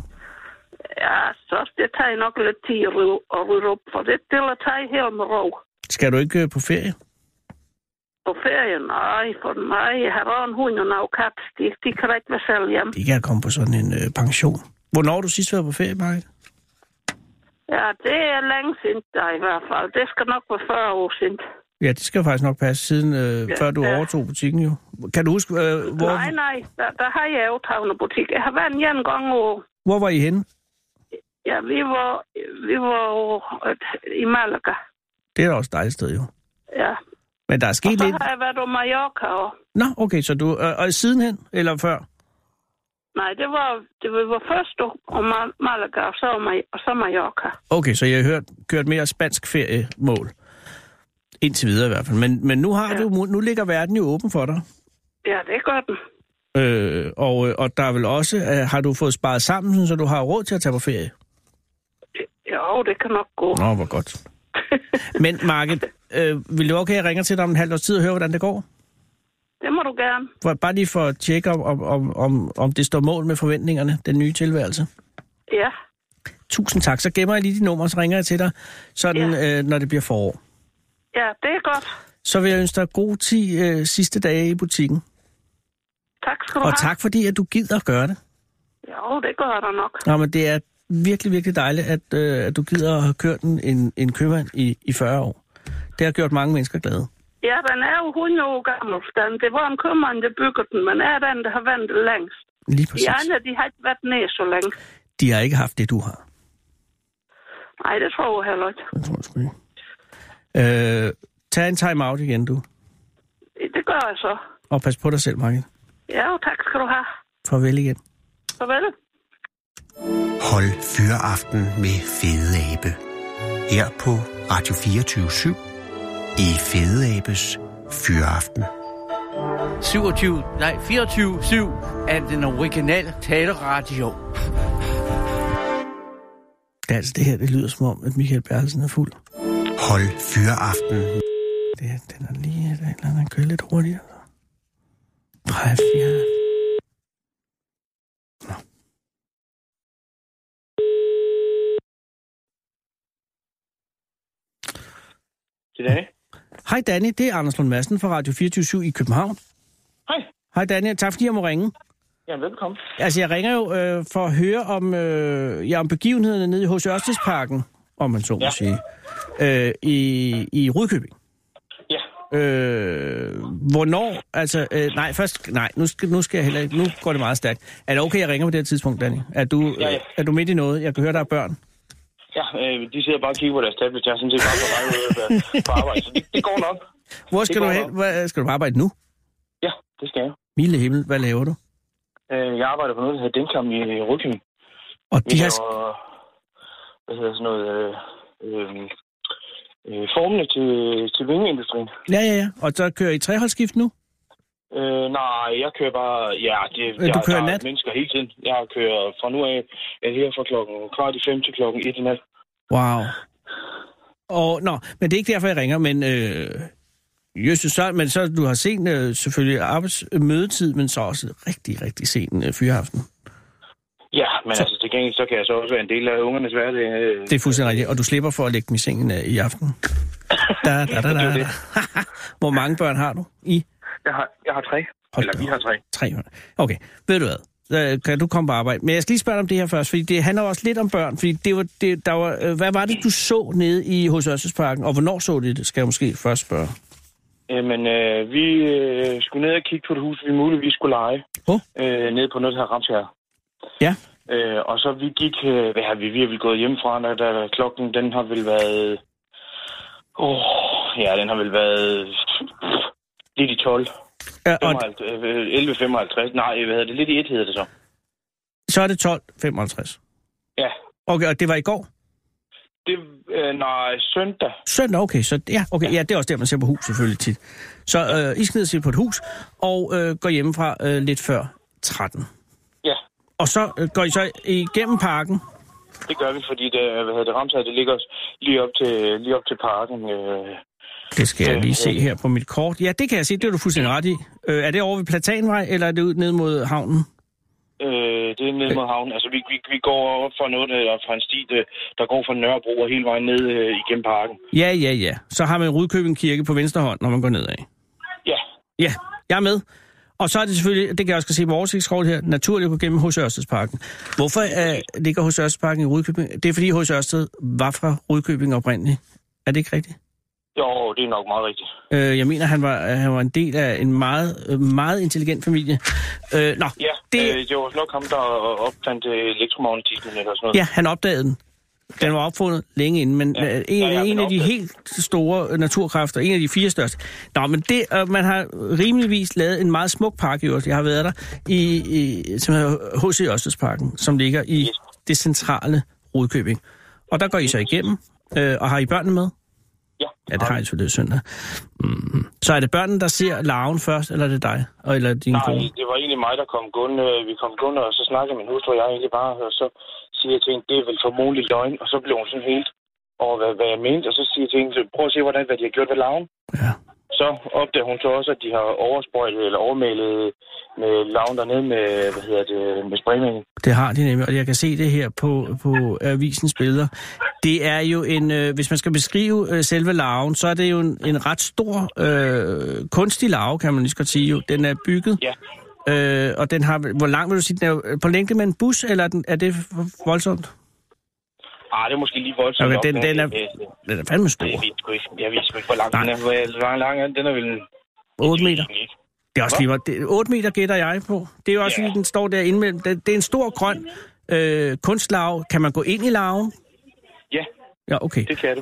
Ja, så det tager nok lidt tid at rydde, at rydde op, for det det er taget helt med ro. Skal du ikke på ferie? På ferie? Nej, for mig. Jeg har også en hund og noget kat. De, de kan ikke være selv hjemme. De kan komme på sådan en øh, pension. Hvornår har du sidst været på ferie, Margit? Ja, det er længe siden der i hvert fald. Det skal nok være fyrre år siden. Ja, det skal faktisk nok passe, siden øh, ja, før du ja. overtog butikken jo. Kan du huske, øh, hvor... Nej, nej, der, der har jeg overtaget en butik. Jeg har været en en gang over... Hvor var I henne? Ja, vi var, vi var øh, i Malaga. Det er da også et dejligt sted, jo. Ja. Men der er sket lidt... Og så har jeg været på Mallorca og... Nå, okay, så du... Øh, og sidenhen, eller før? Nej, det var, det var først om Malaga, og så, og så Mallorca. Okay, så jeg har hørt, kørt mere spansk feriemål. Indtil videre i hvert fald. Men, men nu, har ja. du, nu ligger verden jo åben for dig. Ja, det gør den. Øh, og, og der er vel også... Øh, har du fået sparet sammen, så du har råd til at tage på ferie? Jo, det kan nok gå. Nå, hvor godt. Men, Margit, øh, vil du okay, jeg ringer til dig om en halv års tid og høre, hvordan det går? Det må du gerne. For, bare lige for at tjekke, om, om, om, om det står mål med forventningerne, den nye tilværelse. Ja. Tusind tak. Så gemmer jeg lige dit nummer, så ringer jeg til dig, sådan, ja. øh, når det bliver forår. Ja, det er godt. Så vil jeg ønske dig gode ti øh, sidste dage i butikken. Tak skal du og have. Og tak fordi, at du gider at gøre det. Jo, det gør der nok. Nå, men det er virkelig, virkelig dejligt, at, øh, at du gider at have kørt en, en, en købmand i, i fyrre år. Det har gjort mange mennesker glade. Ja, den er jo hundrede år gammel. Det var en købmand, der byggede den, men er den, der har ventet længst. Lige præcis. De andre, de har ikke været ned så længe. De har ikke haft det, du har. Nej, det tror jeg heller ikke. Det tror jeg sgu ikke. Øh, tag en time out igen, du. Det gør jeg så. Og pas på dig selv, Margit. Ja, tak skal du have. Farvel igen. Farvel. Hold Fyraften med Fede Abe. Her på Radio fireogtyve syv i Fede Abes Fyraften. syvogtyve, nej, fireogtyve syv er den originale taleradio. Det er altså det her, det lyder som om, at Michael Bertelsen er fuld. Hold Fyraften. Det, den er lige, der er et eller andet, kører lidt hurtigere. Præf, ja. Nå. Det er Danny. Hej Danny, det er Anders Lund Madsen fra Radio fireogtyve syv i København. Hej. Hej Danny, tak fordi jeg må ringe. Ja, velkommen. Altså, jeg ringer jo øh, for at høre om, øh, ja, om begivenhederne nede i H C Ørstedsparken, om man så må ja. sige, øh, i, i Rudkøbing. Ja. Øh, hvornår, altså, øh, nej, først, nej, nu skal, nu skal jeg heller ikke, nu går det meget stærkt. Er det okay, jeg ringer på det her tidspunkt, Danny? Er du, ja, ja. er du midt i noget? Jeg kan høre, der er børn. Ja, øh, de sidder bare og kigger på deres tablet. Jeg er sådan set bare på vej ud på arbejde, så det, det går nok. Hvor skal du hen? Hvor, skal du arbejde nu? Ja, det skal jeg. Milde himmel, hvad laver du? Øh, jeg arbejder på noget, der hedder Denkam i Rudkøbing. Og de har... Laver, hvad hedder sådan noget... Øh, øh, øh, formene til, til vingeindustrien. Ja, ja, ja. Og så kører I treholdsskift nu? Øh, nej, jeg kører bare... Ja, det, øh, du jeg, kører der nat? Er mennesker hele tiden. Jeg kører fra nu af her fra klokken kvart i fem til klokken et i nat. Wow. Og, nå, men det er ikke derfor, jeg ringer, men... Øh, just, så, men så du har set øh, selvfølgelig arbejdsmødetid, men så også rigtig, rigtig sen øh, fyraften. Ja, men så, altså til gengæld, så kan jeg så også være en del af ungernes hverdag. Øh, det er fuldstændig rigtigt, og du slipper for at lægge dem i sengen øh, i aften. Da, da, da, da, da. Hvor mange børn har du i? Jeg har, jeg har tre. Hold Eller vi har tre. Tre. Okay, ved du hvad? Så kan du komme på arbejde. Men jeg skal lige spørge om det her først, fordi det handler også lidt om børn. Fordi det var, det, der var, øh, hvad var det, du så nede i H C Ørstedsparken, og hvornår så det? Det skal jeg måske først spørge. Jamen, øh, vi øh, skulle ned og kigge på et hus, vi muligvis skulle lege. Oh. Øh, nede på noget, der hedder Ramsherre. Ja. Øh, og så vi gik, øh, hvad har vi, vi har vel gået hjemmefra, da, da klokken, den har vel været, åh, oh, ja, den har vel været lidt i tolv. Ja, og... elleve femoghalvtreds, nej, hvad hedder det, lidt i et hedder det så. Så er det tolv femoghalvtreds? Ja. Okay, og det var i går? Det, øh, nej, søndag. Søndag, okay, så ja, okay, ja, det er også der, man ser på hus selvfølgelig tit. Så øh, I skal ned og se på et hus, og øh, går hjemmefra øh, lidt før tretten. Ja. Og så øh, går I så igennem parken? Det gør vi, fordi det, hvad hedder det, Ramsherre, det ligger lige op til, lige op til parken. Øh, det skal jeg lige se her på mit kort. Ja, det kan jeg se, det er du fuldstændig ret i. Øh, er det over ved Platanvej, eller er det ud ned mod havnen? Øh, det er ned mod havnen. Altså, vi, vi, vi går op fra noget, der fra en sti, der går fra Nørrebro og hele vejen ned øh, igennem parken. Ja, ja, ja. Så har man Rudkøbing Kirke på venstre hånd, når man går nedad. Ja. Ja, jeg er med. Og så er det selvfølgelig, det kan jeg også se på oversigtskort her, naturligt at gå gennem H C Ørstedsparken. Hvorfor øh, ligger H C Ørstedsparken i Rudkøbing? Det er fordi H C Ørsted var fra Rudkøbing oprindeligt. Er det ikke rigtigt? Jo, det er nok meget rigtigt. Øh, jeg mener, han var, han var en del af en meget, meget intelligent familie. Øh, nå, ja, det... Øh, det var nok ham, der opfandt elektromagnetismen eller sådan noget. Ja, han opdagede den. Den var opfundet længe inden, men ja. en, ja, ja, en af de helt store naturkræfter, en af de fire største. Nå, men det, øh, man har rimeligvis lavet en meget smuk park i øvrigt. Jeg har været der i, i som hedder H C Ørstedsparken, som ligger i yes. det centrale Rudkøbing. Og der går I så igennem, øh, og har I børnene med? Ja. Ja, det har I selvfølgelig søndag. Mm. Så er det børnene, der ser larven først, eller er det dig? Og, eller din Nej, kone? det var egentlig mig, der kom gående. Vi kom gående, og så snakkede min hustru og jeg egentlig bare, og så siger jeg til hende, det er vel formodentlig løgn, og så blev hun sådan helt over, hvad, hvad jeg mente, og så siger jeg til hende, prøv at se, hvordan, hvad de har gjort ved larven. Ja. Så opdager hun så også, at de har oversprøjtet eller overmalet med larven dernede med, hvad hedder det, med spraymængden. Det har de nemlig, og jeg kan se det her på, på avisens billeder. Det er jo en, øh, hvis man skal beskrive øh, selve larven, så er det jo en, en ret stor, øh, kunstig larve, kan man lige godt sige jo. Den er bygget, ja. øh, og den har, hvor lang vil du sige, den er på længde med en bus, eller er, den, er det voldsomt? Ah, det er måske lige voldsomt. Okay, den, den, er, den er fandme stor. Jeg ved sgu ikke, jeg ved sgu ikke hvor lang den er. Hvor lang, lang den er vel... otte meter. Det er også lige, det, otte meter gætter jeg på. Det er jo også, ja. fordi den står der indimellem. Det, det er en stor grøn øh, kunstlarve. Kan man gå ind i larven? Ja, ja okay. Det kan du.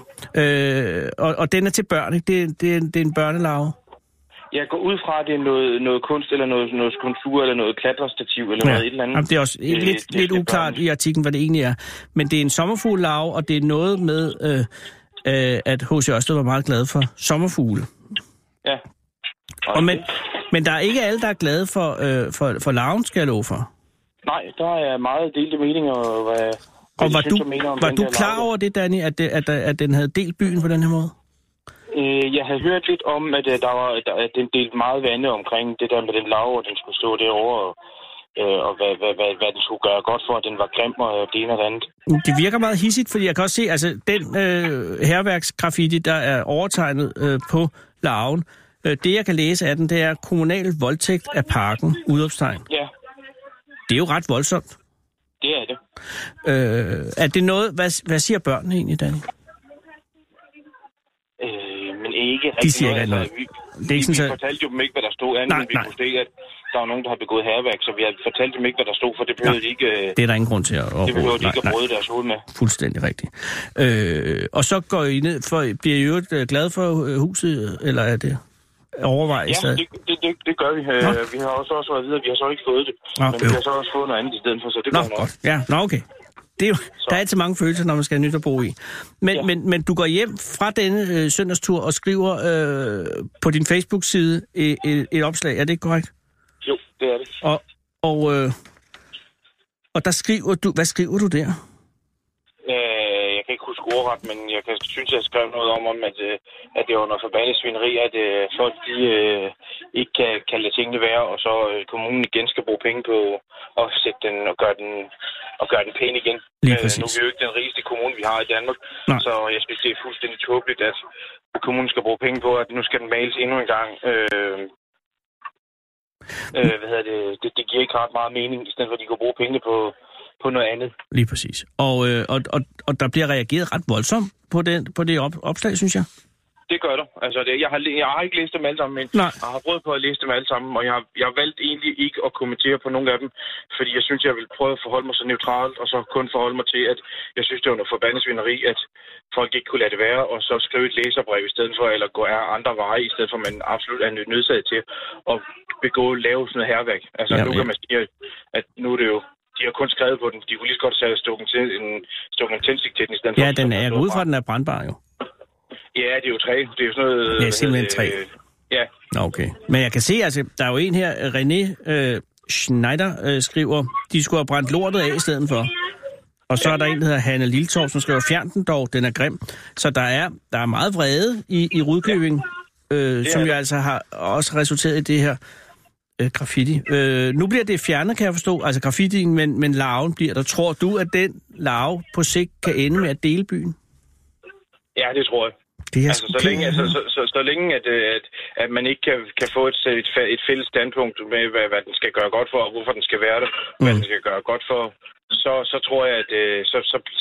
Øh, og, og den er til børn, ikke? Det, det, det er en børnelarve. Jeg går ud fra, at det er noget, noget kunst, eller noget, noget skulptur, eller noget klatrestativ, eller ja. noget et eller andet. Jamen, det er også det, lidt, det lidt uklart børn. I artiklen, hvad det egentlig er. Men det er en sommerfuglelarve, og det er noget med, øh, øh, at H C Ørsted var meget glad for sommerfugle. Ja. Og men, men der er ikke alle, der er glade for, øh, for, for larven, skal jeg love for. Nej, der er meget delte meninger. Hvad, og var synes, du, mener var du klar over det, Danny, at, det, at, at den havde delt byen på den her måde? Øh, jeg havde hørt lidt om, at, der var, at den delte meget vande omkring det der med den larve, og den skulle stå derovre, og, øh, og hvad, hvad, hvad, hvad den skulle gøre godt for, at den var grim og det ene og det andet. Det virker meget hissigt, fordi jeg kan også se, altså den øh, hærværksgraffiti, der er overtegnet øh, på larven, øh, det jeg kan læse af den, det er kommunal voldtægt af parken, udopstegn. Ja. Det er jo ret voldsomt. Det er det. Øh, er det noget, hvad, hvad siger børnene egentlig, Danny? Øh, men ikke rigtig De siger noget. ikke altså, noget. Vi, det er ikke vi, sådan, vi fortalte jo dem ikke, hvad der stod, andet nej, end vi nej. kunne se, at der var nogen, der har begået hærværk, så vi har fortalt dem ikke, hvad der stod, for det behøvede de ikke... Det er der ingen grund til at... Det behøvede de ikke at bryde deres hoved med. Fuldstændig rigtigt. Øh, og så går I ned for... Bliver I jo glad for huset, eller er det overvejet ja, stadig? Ja, det, det, det, det gør vi. Nå. Vi har også, også været videre, vi har så ikke fået det, Nå, men øh. vi har så også fået noget andet i stedet for, så det Nå, går godt. Ja, Nå, okay. Det er jo, der er altid mange følelser, når man skal have nyt at bo i. Men, ja. men, men du går hjem fra denne øh, søndagstur og skriver øh, på din Facebook-side et, et, et opslag. Er det ikke korrekt? Jo, det er det. Og, og, øh, og der skriver du... Hvad skriver du der? Øh, jeg kan ikke huske ordret, men jeg kan, synes, jeg skrev noget om, om at, at det var noget forbandet svineri, at øh, folk de, øh, ikke kan, kan lade tingene være, og så øh, kommunen igen skal bruge penge på at sætte den og gøre den, og gøre den pæn igen. Lige præcis. Øh, nu er vi jo ikke den rigeste kommune, vi har i Danmark, Nej. så jeg synes, det er fuldstændig tåbeligt, at kommunen skal bruge penge på, at nu skal den males endnu en gang. Øh, øh, hvad hedder det? det? Det giver ikke ret meget mening, i stedet for at de kan bruge penge på på noget andet. Lige præcis. Og, øh, og, og, og der bliver reageret ret voldsomt på det, på det op, opslag, synes jeg. Det gør der. Altså, det, jeg, har, jeg har ikke læst dem alle sammen, men Nej. jeg har prøvet på at læse dem alle sammen, og jeg har, jeg har valgt egentlig ikke at kommentere på nogle af dem, fordi jeg synes, jeg vil prøve at forholde mig så neutralt, og så kun forholde mig til, at jeg synes, det var noget forbandet svineri, at folk ikke kunne lade det være, og så skrive et læserbrev i stedet for, eller gå af andre veje, i stedet for, at man absolut er nødsaget til at begå, lave sådan noget hærværk. Altså, ja, nu kan man sige, at nu er det jo de har kun skrevet på den. De kunne lige så godt have stukket til en, stukket en tændstik til den i stedet ja, for. Ja, den er, jeg går ud fra, at den er brandbar jo. Ja, det er jo træ. Det er jo sådan noget... Ja, simpelthen træ. Øh, ja. Okay. Men jeg kan se, altså, der er jo en her, René øh, Schneider øh, skriver, de skulle have brændt lortet af i stedet for. Og så ja. er der en, der hedder Hanne Lilletorp, som skriver, fjern den dog, den er grim. Så der er, der er meget vrede i, i Rudkøbing, ja. øh, som jo altså har også resulteret i det her Øh, graffiti. Øh, nu bliver det fjernet, kan jeg forstå, altså graffitien, men, men larven bliver der. Tror du, at den larve på sigt kan ende med at dele byen? Ja, det tror jeg. Det er altså, så, længe, altså, så, så, så længe, at, at, at man ikke kan, kan få et, et, et fælles standpunkt med, hvad, hvad den skal gøre godt for, og hvorfor den skal være der, mm. hvad den skal gøre godt for, så, så tror jeg, at så, så, så,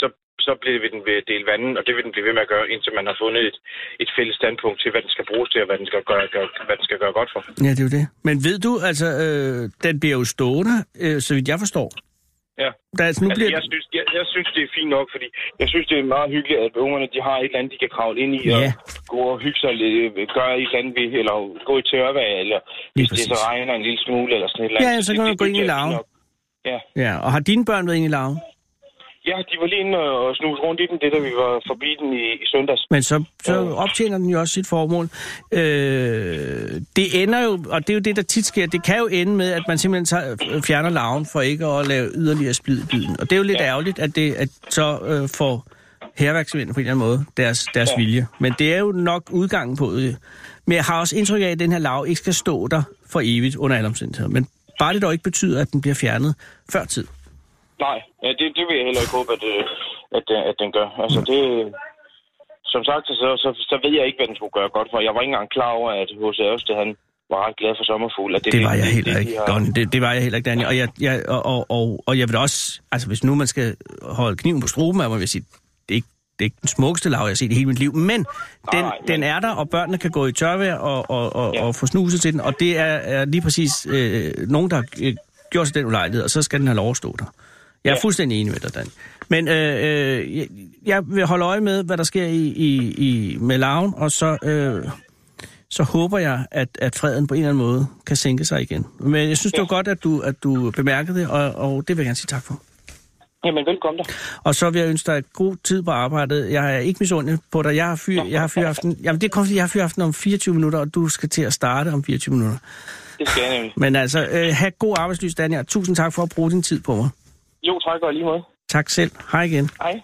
så bliver den ved at dele vandet, og det vil den blive ved med at gøre, indtil man har fundet et, et fælles standpunkt til, hvad den skal bruges til, og hvad den skal gøre, gøre, hvad den skal gøre godt for. Ja, det er jo det. Men ved du, altså, øh, den bliver jo stående, øh, så vidt jeg forstår. Ja. Der, altså, nu altså, bliver... jeg, synes, jeg, jeg synes, det er fint nok, fordi jeg synes, det er meget hyggeligt, at ungerne de har et eller andet, de kan kravle ind i, ja. og gå og hygge sig, gøre et eller andet ved, eller gå i tørvejr, eller hvis det så regner en lille smule, eller sådan et eller andet. Ja, så kan man gå ind i larven. Ja. Ja, og har dine børn været inde i larven? Ja, de var lige inde og snuse rundt i den, det da vi var forbi den i, i søndags. Men så, så optjener den jo også sit formål. Øh, det ender jo, og det er jo det, der tit sker, det kan jo ende med, at man simpelthen tager, fjerner larven for ikke at lave yderligere splid i biden. Og det er jo lidt ja. ærgerligt, at det at så øh, får hærværksmændene på en eller anden måde deres, deres ja. vilje. Men det er jo nok udgangen på det. Men jeg har også indtryk af, at den her larve ikke skal stå der for evigt under alle omstændigheder. Men bare det dog ikke betyder, at den bliver fjernet før tid. Nej, ja, det, det vil jeg heller ikke håbe, at, at, at den gør. Altså det, som sagt, så, så, så ved jeg ikke, hvad den skulle gøre godt for. Jeg var ikke engang klar over, at H C Ørsted, han var ret glad for sommerfugle. Det, det var jeg det, heller ikke, har... det, det var jeg heller ikke, Daniel. Og jeg, jeg, og, og, og, og jeg vil også, altså hvis nu man skal holde kniven på struben, jeg vil sige, det er ikke, det er ikke den smukkeste lav, jeg har set i hele mit liv, men den, nej, den er der, og børnene kan gå i tørvejr og, og, og, ja. og få snuset til den, og det er, er lige præcis øh, nogen, der har øh, gjort sig den ulejlighed, og så skal den have lov at stå der. Jeg er ja. fuldstændig enig med dig, Dan. Men øh, øh, jeg, jeg vil holde øje med, hvad der sker i, i, i med larven, og så, øh, så håber jeg, at, at freden på en eller anden måde kan sænke sig igen. Men jeg synes, ja. det var godt, at du, at du bemærkede det, og, og det vil jeg gerne sige tak for. Jamen, velkommen da. Og så vil jeg ønske dig et god tid på arbejdet. Jeg er ikke misundelig på dig. Jeg har fyr, jeg har fyraften. Jamen, det er kun fordi, jeg har fyraften om fireogtyve minutter, og du skal til at starte om fireogtyve minutter. Det skal jeg nemlig. Men altså, øh, have god arbejdslys, Daniel. Tusind tak for at bruge din tid på mig. Jo, tak og lige måde. Tak selv. Hej igen. Hej.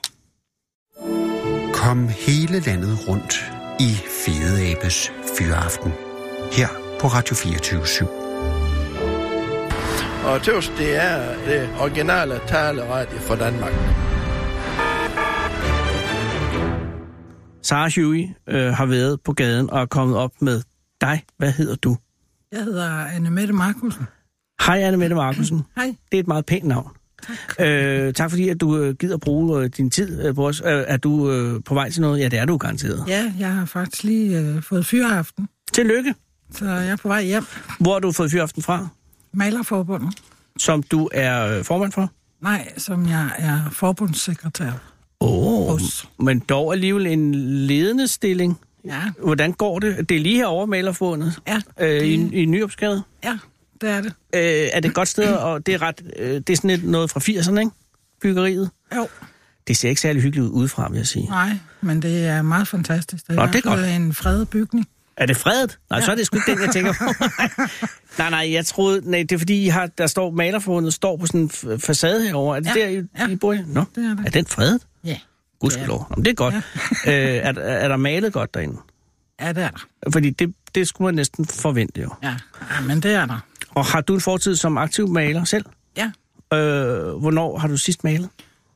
Kom hele landet rundt i Fede Abes Fyraften. Her på Radio fireogtyve syv. Og tøvs, det er det originale taleradio for Danmark. Sarah Huey øh, har været på gaden og er kommet op med dig. Hvad hedder du? Jeg hedder Anne-Mette Markusen. Hej Anne-Mette Markusen. Hej. Det er et meget pænt navn. Tak. Øh, tak fordi, at du gider bruge øh, din tid øh, på os. Øh, er du øh, på vej til noget? Ja, det er du garanteret. Ja, jeg har faktisk lige øh, fået fyraften. Tillykke. Så jeg er på vej hjem. Hvor har du fået fyraften fra? Malerforbundet. Som du er øh, formand for? Nej, som jeg er forbundssekretær. Åh, oh, men dog alligevel en ledende stilling. Ja. Hvordan går det? Det er lige herovre Malerforbundet? Ja. Øh, det... I, i Nyopsgade? Ja, det er det. Øh, er det et godt sted, og det er ret, øh, det er sådan lidt noget fra firserne, ikke? Byggeriet? Jo. Det ser ikke særlig hyggeligt ud udefra, vil jeg sige. Nej, men det er meget fantastisk. Det er, Nå, det er godt. En fredet bygning. Er det fredet? Nej, ja. Så er det sgu ikke den, jeg tænker på. nej, nej, jeg troede... Nej, det er fordi, I har, der står Malerforbundet står på sådan en facade herovre. Er det ja. der, I, ja. I bor i? Nå, det er det. Er den fredet? Ja. Gudskelov. Jamen, det er godt. Ja. øh, er, er der malet godt derinde? Ja, det er der. Fordi det, det skulle man næsten forvente, jo. Ja. ja, men det er der. Og har du en fortid som aktiv maler selv? Ja. Øh, hvornår har du sidst malet?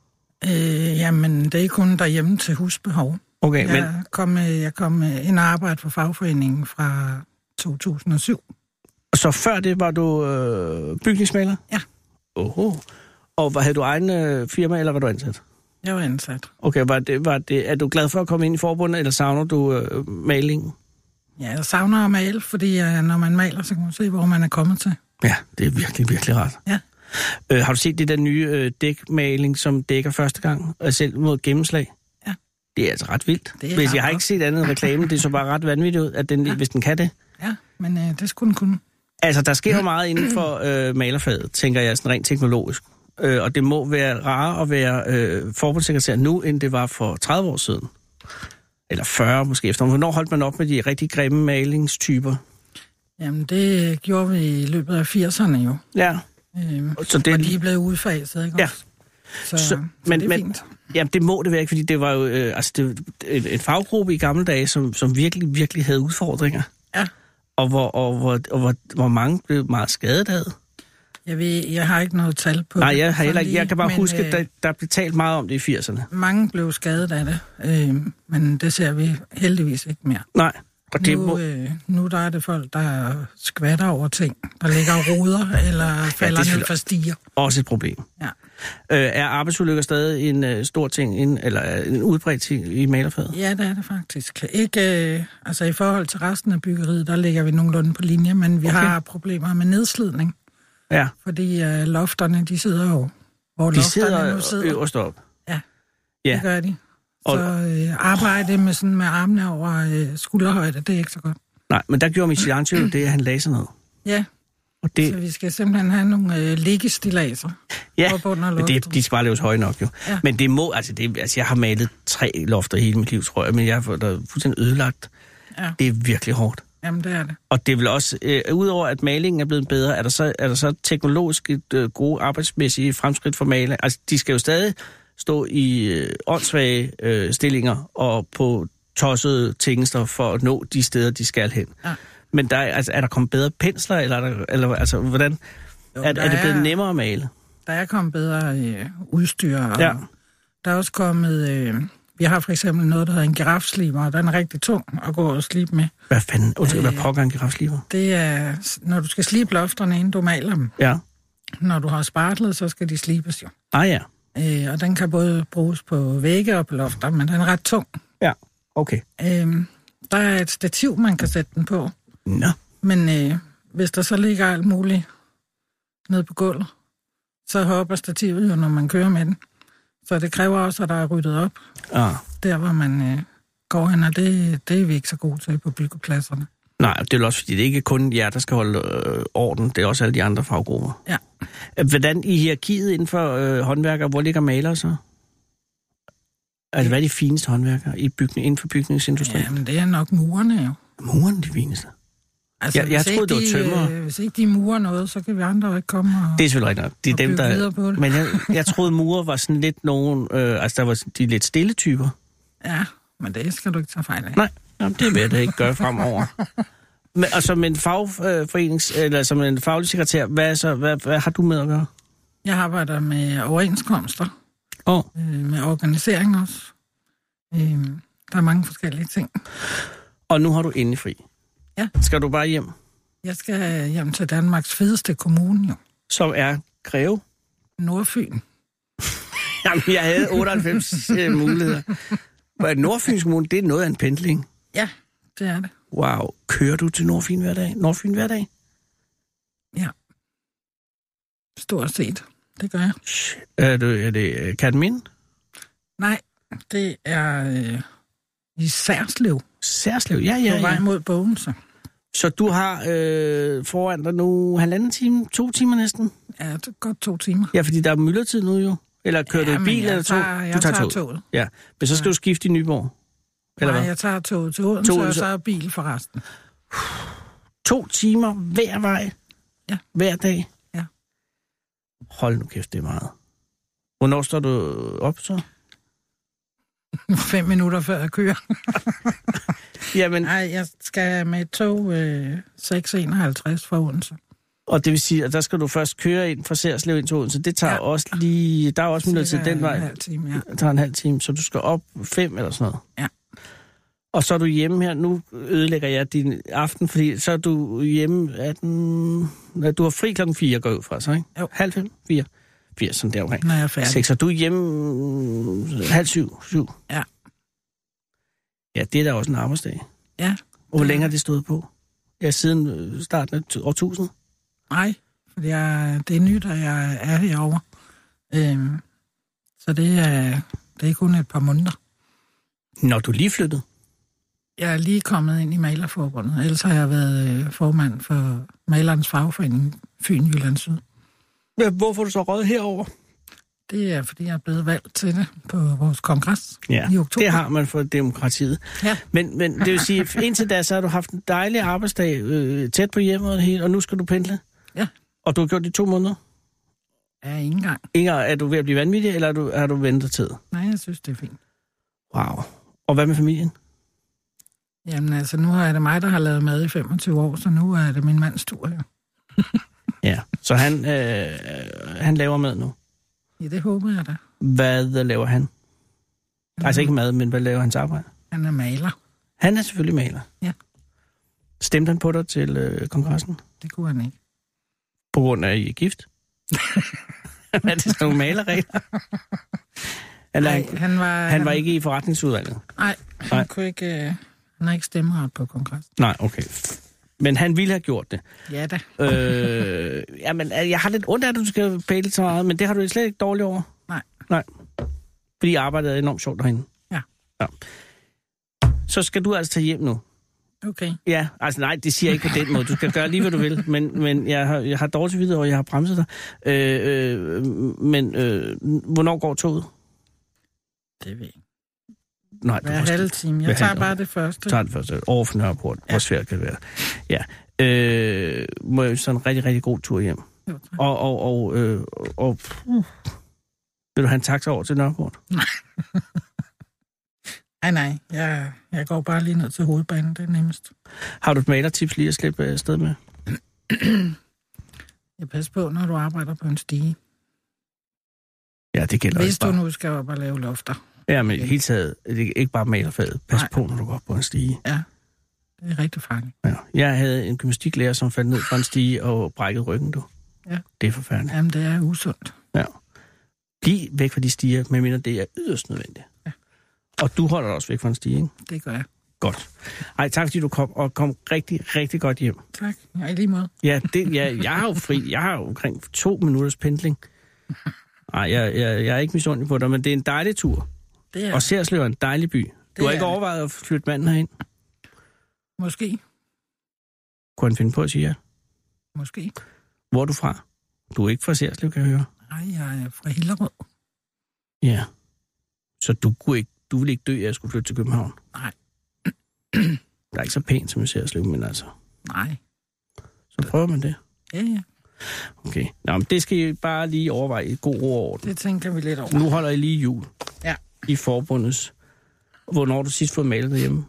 Øh, jamen, det er kun derhjemme til husbehov. Okay, jeg, men... kom, jeg kom ind og arbejdede for fagforeningen fra to tusind og syv. Så før det var du øh, bygningsmaler? Ja. Oho. Og hvad, havde du egen øh, firma, eller var du ansat? Jeg var ansat. Okay, var det, var det, er du glad for at komme ind i forbundet, eller savner du øh, malingen? Ja, jeg savner at male, fordi øh, når man maler, så kan man se, hvor man er kommet til. Ja, det er virkelig, virkelig rart. Ja. Øh, har du set det der nye øh, dækmaling, som dækker første gang, og selv mod gennemslag? Ja. Det er altså ret vildt. Det hvis jeg har godt. ikke set andet reklame, det så bare ret vanvittigt ud, at den, ja. hvis den kan det. Ja, men øh, det skulle den kunne. Altså, der sker jo meget inden for øh, malerfaget, tænker jeg, sådan rent teknologisk. Øh, og det må være rarere at være øh, forbundssekretær nu, end det var for tredive år siden. Eller fyrre måske efter. Hvornår holdt man op med de rigtig grimme malingstyper? Jamen, det gjorde vi i løbet af firserne jo. Ja. Øhm, så det... Og de blev udfaset, ikke ja. også? Så, så, så men, det er men, fint. Jamen, det må det være, fordi det var jo øh, altså, det, en, en faggruppe i gamle dage, som, som virkelig, virkelig havde udfordringer. Ja. Og hvor, og hvor, og hvor, hvor mange blev meget skadet af. Jeg ved, jeg har ikke noget tal på Nej, det. jeg, har heller, jeg kan bare men, huske, øh, at der, der blev talt meget om det i firserne. Mange blev skadet af det, øh, men det ser vi heldigvis ikke mere. Nej. Og det nu, må... øh, nu der er det folk, der skvatter over ting, der ligger ruder eller falder ja, ned fra stiger. Også et problem. Ja. Øh, er arbejdsulykker stadig en øh, stor ting, en, eller en udbredt ting i malerfaget? Ja, det er det faktisk. Ikke, øh, altså i forhold til resten af byggeriet, der ligger vi nogenlunde på linje, men vi okay. har problemer med nedslidning. Ja. Fordi øh, lofterne, de sidder jo, hvor de lofterne sidder nu sidder. øverst op. Ja, ja, det gør de. Så øh, arbejde med, sådan, med armene over øh, skulderhøjde, det er ikke så godt. Nej, men der gjorde Michelangelo det, at han lagde sig ned. Ja, og det... så vi skal simpelthen have nogle øh, liggestiladser. Ja, men det, de skal bare laves høje nok jo. Ja. Men det må, altså, det, altså jeg har malet tre lofter hele mit liv, tror jeg, men jeg har fået der fuldstændig ødelagt. Ja. Det er virkelig hårdt. Jamen, det er det. Og det er vel også, øh, udover at malingen er blevet bedre, er der så, er der så teknologisk et, øh, gode arbejdsmæssige fremskridt for maler. Altså, de skal jo stadig stå i øh, åndssvage øh, stillinger og på tossede tingester for at nå de steder, de skal hen. Ja. Men der, altså, er der kommet bedre pensler, eller, er der, eller altså, hvordan, jo, er, er det blevet er, nemmere at male? Der er kommet bedre øh, udstyr, og ja. Der er også kommet... Øh, vi har for eksempel noget, der hedder en girafsliber, og den er rigtig tung at gå og slibe med. Hvad fanden? Undskyld, hvad pokker en girafsliber? Det er, når du skal slibe lofterne, inden du maler dem. Ja. Når du har spartlet, så skal de slibes jo. Ah ja. Øh, og den kan både bruges på vægge og på lofter, men den er ret tung. Ja, okay. Øh, der er et stativ, man kan sætte den på. Nå. Men øh, hvis der så ligger alt muligt nede på gulvet, så hopper stativet jo, når man kører med den. Så det kræver også, at der er ryddet op. Ah. Der, hvor man øh, går hen, og det, det er vi ikke så gode til på byggepladserne. Nej, det er jo også, fordi det er ikke kun jer, der skal holde øh, orden. Det er også alle de andre faggrupper. Ja. Hvordan i hierarkiet inden for øh, håndværkere, hvor ligger malere så? Altså, hvad er de fineste håndværkere i bygning, inden for bygningsindustrien? Jamen, det er nok murerne jo. Murerne de fineste? Altså, jeg jeg troede, det var tømmer. Øh, hvis ikke de murer noget, så kan vi andre jo ikke komme og det er selvfølgelig rigtigt nok. Det er dem, der... Men jeg, jeg troede, murer var sådan lidt nogen... Øh, altså, der var de lidt stille typer. Ja, men det skal du ikke tage fejl af. Nej, jamen, det vil jeg da ikke gøre fremover. Men, og som en fagforenings... Eller som en faglig sekretær, hvad, så, hvad, hvad har du med at gøre? Jeg arbejder med overenskomster. Oh. Øh, med organisering også. Øh, der er mange forskellige ting. Og nu har du indefri. Ja. Skal du bare hjem? Jeg skal hjem til Danmarks fedeste kommune, jo. Som er Greve? Nordfyn. Jamen, jeg havde otteoghalvfems øh, muligheder. Nordfyns Kommune, det er noget af en pendling. Ja, det er det. Wow. Kører du til Nordfyn hver dag? Nordfyn hver dag? Ja. Stort set. Det gør jeg. Er det, er det Katminde? Nej, det er øh, i Særslev. Særslev, ja, ja, ja. På vej mod Bogense. Så du har øh, foran dig nu halvanden time, to timer næsten? Ja, det er godt to timer. Ja, fordi der er myldretid nu jo. Eller kører ja, du i bil eller tog? Jeg du tager, tager toget. toget. Ja, men så skal ja. du skifte i Nyborg? Eller Nej, hvad? jeg tager toget til Odense, og så er bil for resten. To timer hver vej? Ja. Hver dag? Ja. Hold nu kæft, det er meget. Hvornår står du op så? Fem minutter før jeg kører. Jamen... Nej, jeg skal med et tog øh, seks enoghalvtreds fra Odense. Og det vil sige, at der skal du først køre ind fra Særslev ind til Odense. Det tager ja. også lige... Der er også mulighed til den vej. En halv time, ja. Det tager en halv time, så du skal op fem eller sådan noget. Ja. Og så er du hjemme her. Nu ødelægger jeg din aften, fordi så er du hjemme atten... Du har fri klokken fire går ud fra, så ikke? Jo. Halv fem, fire. Fire, sådan deromkring. Når jeg er færdig. Seks, og du er hjemme halv syv, syv. Ja. Ja, det er da også en arbejdsdag. Ja. Og hvor længe har det stået på? Ja, siden starten af årtusind? Nej, for jeg, det er nyt, at jeg er herovre. Øhm, så det er, det er kun et par måneder. Når du lige flyttet? Jeg er lige kommet ind i Malerforbundet. Ellers har jeg været formand for Malerens Fagforening Fyn Jylland Syd. Hvorfor er du så røget herover? Det er, fordi jeg er blevet valgt til det på vores kongres ja, i oktober. Det har man for demokratiet. Ja. Men, men det vil sige, indtil da, så har du haft en dejlig arbejdsdag øh, tæt på hjemmet og det hele, og nu skal du pendle? Ja. Og du har gjort det i to måneder? Ja, ikke engang. Inger, er du ved at blive vanvittig, eller er du, har du ventet tid? Nej, jeg synes, det er fint. Wow. Og hvad med familien? Jamen altså, nu er det mig, der har lavet mad i femogtyve år, så nu er det min mands tur her. Ja, så han, øh, han laver mad nu? Ja, det håber jeg da. Hvad laver han? Ja. Altså ikke mad, men hvad laver hans arbejde? Han er maler. Han er selvfølgelig maler? Ja. Stemte han på dig til øh, kongressen? Det kunne han ikke. På grund af, at I er gift? Er det sådan nogle maleregler? Eller, Nej, han var... Han, han var ikke i forretningsudvalget? Nej, han Nej. kunne ikke... Øh, han har ikke stemmeret på kongressen. Nej, okay. Men han ville have gjort det. Ja da. øh, jamen, jeg har lidt ondt af, at du skal pæle så meget, men det har du slet ikke dårligt over? Nej. Nej. Fordi arbejdet er enormt sjovt derinde? Ja. Ja. Så skal du altså tage hjem nu? Okay. Ja, altså nej, det siger jeg ikke på den måde. Du skal gøre lige, hvad du vil, men, men jeg har, jeg har dårligt videre, og jeg har bremset dig. Øh, øh, men øh, hvornår går toget? Det ved jeg. Nej, hver halve time. Jeg tager bare det første. Tager det første. Over for Nørreport. Ja. Hvor svært kan det være. Ja. Øh, må jeg sådan en rigtig, rigtig god tur hjem. Jo, og, og, og, øh, og uh. vil du have en taxa over til Nørreport? Nej. nej, nej. Jeg, jeg går bare lige ned til hovedbanen. Det er nemmest. Har du et malertips lige at slippe afsted med? Jeg passer på, når du arbejder på en stige. Ja, det gælder Hvis bare. du nu skal op og lave lofter. Ja, men i hele taget, det er ikke bare malerfaget. Pas Nej. på, når du går op på en stige. Ja, det er rigtig farligt. Ja. Jeg havde en gymnastiklærer, som faldt ned fra en stige og brækkede ryggen, du. Ja. Det er forfærdeligt. Jamen, det er usundt. Ja. Bliv væk fra de stiger, medmindre det er yderst nødvendigt. Ja. Og du holder dig også væk fra en stige, ikke? Det gør jeg. Godt. Ej, tak fordi du kom, og kom rigtig, rigtig godt hjem. Tak. Ja, i lige måde. Ja, det, ja, jeg har jo fri. Jeg har jo omkring to minutters pendling. Nej, jeg, jeg, jeg er ikke misundelig på dig, men det er en dejlig tur. Det er. Og Serslev er en dejlig by. Du Det har ikke er. overvejet at flytte manden herind? Måske. Kunne han finde på at sige ja? Måske. Hvor er du fra? Du er ikke fra Serslev, kan jeg høre. Nej, jeg er fra Hillerød. Ja. Så du, kunne ikke, du ville ikke dø, at jeg skulle flytte til København? Nej. Det er ikke så pænt som i Serslev, men altså... Nej. Så prøver man det. Ja, ja. Okay. Nå, men det skal I bare lige overveje i god ro og orden. Det tænker vi lidt over. Nu holder I lige jul. Ja. I forbundets. Hvornår har du sidst fået malet derhjemme?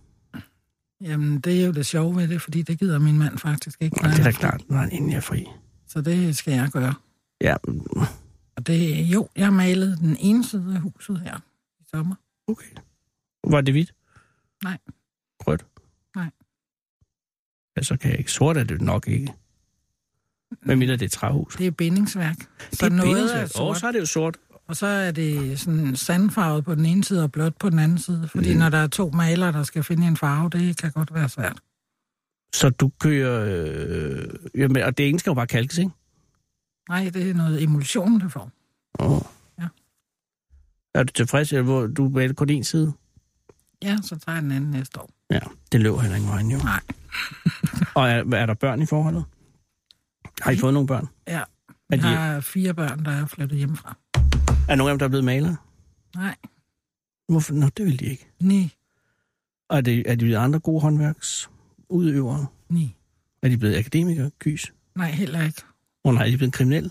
Jamen, det er jo det sjove ved det, fordi det gider min mand faktisk ikke. Nå, det er da klart, når han inden jeg er fri. Så det skal jeg gøre. Ja. Og det, jo, jeg malede den ene side af huset her i sommer. Okay. Var det hvidt? Nej. Rødt? Nej. Ja, så kan jeg ikke. Sort er det nok ikke. Hvad mindre det er træhus? Det er bindingsværk. Det så er noget bindingsværk. er sort. Og så er det jo sort. Og så er det sådan sandfarvet på den ene side og blåt på den anden side. Fordi mm. når der er to malere, der skal finde en farve, det kan godt være svært. Så du kører... Øh, jamen, og det ene skal jo bare kalkes, ikke? Nej, det er noget emulsion, det får. Åh. Oh. Ja. Er du tilfreds, eller hvor du maler kun en side? Ja, så tager jeg den anden næste år. Ja, det løber heller ikke vejen, jo. Nej. Og er, er der børn i forholdet? Har I fået nogle børn? Ja, er jeg de... har fire børn, der er flyttet hjemmefra. Er nogle af dem, der er blevet malere? Nej. Hvorfor? Nå, det vil de ikke. Nej. Og er, det, er de blevet andre gode håndværksudøvere? Nej. Er de blevet akademikere? Gys? Nej, heller ikke. Åh oh, nej, er de blevet kriminelle?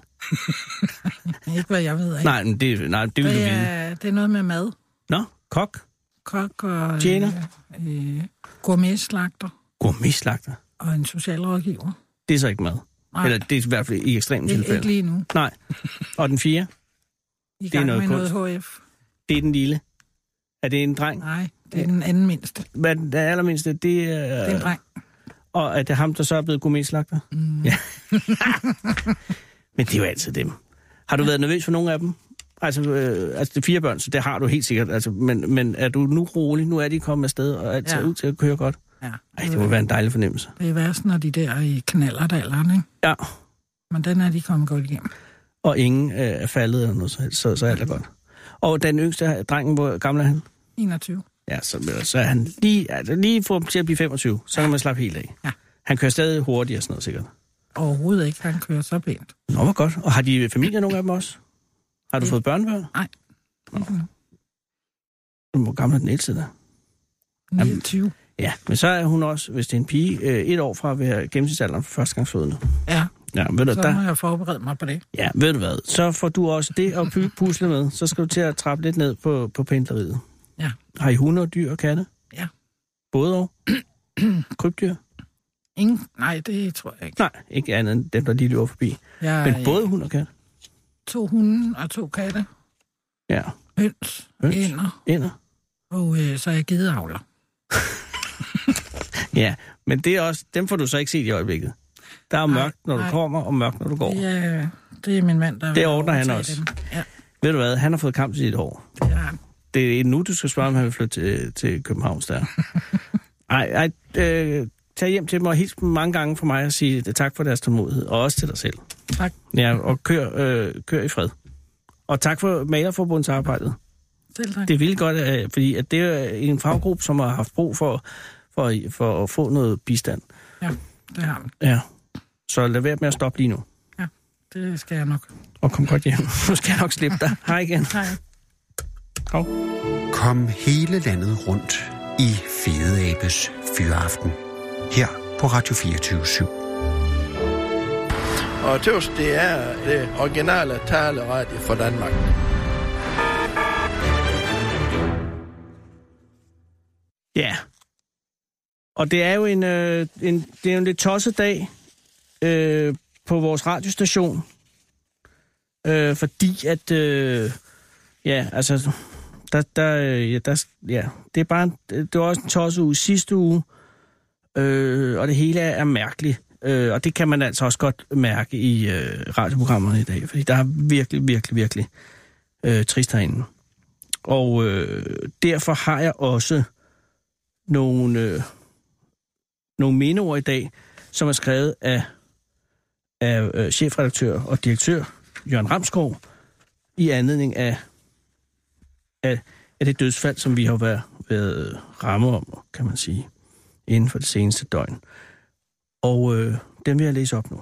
Ikke hvad jeg ved af. Nej, men det, nej, det vil det du er, vide. Det er noget med mad. Nå, kok? Kok og... Tjener? Øh, øh, gourmetslagter. Gourmetslagter? Og en socialrådgiver. Det er så ikke mad? Nej. Eller det er i hvert fald i ekstreme tilfælde? Ikke lige nu. Nej. Og den fjerde? I det er noget med noget H F. Det er den lille? Er det en dreng? Nej, det er den anden mindste. Hvad den allermindste? Det er... Det er en dreng. Og er det ham, der så er blevet gourmetslagter? Mm. Ja. Men det er jo altid dem. Har du ja. været nervøs for nogle af dem? Altså, øh, altså, det er fire børn, så det har du helt sikkert. Altså, men, men er du nu rolig? Nu er de kommet afsted, og alt ser ja. ud til at køre godt? Ja. Ej, det må være en dejlig fornemmelse. Det er værst, når de der i knallertalderen, ikke? Ja. Men den er de kommet godt igennem. Og ingen øh, er faldet eller noget, så, så, så er det godt. Og den yngste drengen, hvor gammel er han? enogtyve. Ja, så, så er han lige, altså, lige få ham til at blive femogtyve. Så kan man slappe helt af. Ja. Han kører stadig hurtigt og sådan noget, sikkert. Overhovedet ikke. Han kører så pænt. Nå, hvor godt. Og har de familie, nogle af dem også? Har du det... fået børnebørn? Nej. Mm-hmm. Hvor gammel er den ældste der? niogtyve. Ja, men så er hun også, hvis det er en pige, øh, et år fra at være gennemsnitsalderen for førstegangsfødende. Ja, ja ved du, så der... må jeg forberede mig på det. Ja, ved du hvad, så får du også det at pusle med. Så skal du til at trappe lidt ned på, på pendleriet. Ja. Har I hunde og dyr og katte? Ja. Både og? Krybdyr? Ingen? Nej, det tror jeg ikke. Nej, ikke andet end dem, der lige løber forbi. Ja, men både hund og kat? To hunde og to katte. Ja. Høns, Høns. ænder. Ænder. Og øh, så er jeg gideavler. Ja, Men det er også, dem får du så ikke set i øjeblikket. Der er mørkt, når du nej. kommer, og mørkt, når du går. Ja, det er min mand, der det ordner han også. Ja. Ved du hvad, han har fået kamp i sit år. Det er han. Det er nu, du skal spørge, om han vil flytte til, til København. Der. Ej, ej øh, tag hjem til dem og hils dem mange gange for mig og sige tak for deres tålmodighed, og også til dig selv. Tak. Ja, og kør, øh, kør i fred. Og tak for Malerforbundsarbejdet. Selv tak. Det er vildt godt, øh, fordi at det er en faggruppe, som har haft brug for, for, for at få noget bistand. Ja, det har han. Ja, så lad være med at stoppe lige nu. Ja, det skal jeg nok. Og kom godt hjem. Nu skal jeg nok slippe dig. Hej igen. Hej. Hov. Kom hele landet rundt i Fede Abes Fyraften. Her på Radio fireogtyve syv. Og tøvs, det er det originale taleradio for Danmark. Ja. Og det er jo en, øh, en, det er jo en lidt tosset dag øh, på vores radiostation. Øh, fordi at, øh, ja, altså, der, der, ja, der, ja, det er bare, en, det var også en tosset uge sidste uge, øh, og det hele er, er mærkeligt. Øh, og det kan man altså også godt mærke i øh, radioprogrammerne i dag, fordi der er virkelig, virkelig, virkelig øh, trist herinde. Og øh, derfor har jeg også nogle, øh, nogle mindeord i dag, som er skrevet af, af øh, chefredaktør og direktør Jørgen Ramskov i anledning af, af, af det dødsfald, som vi har været, været ramme om, kan man sige, inden for det seneste døgn. Og øh, den vil jeg læse op nu.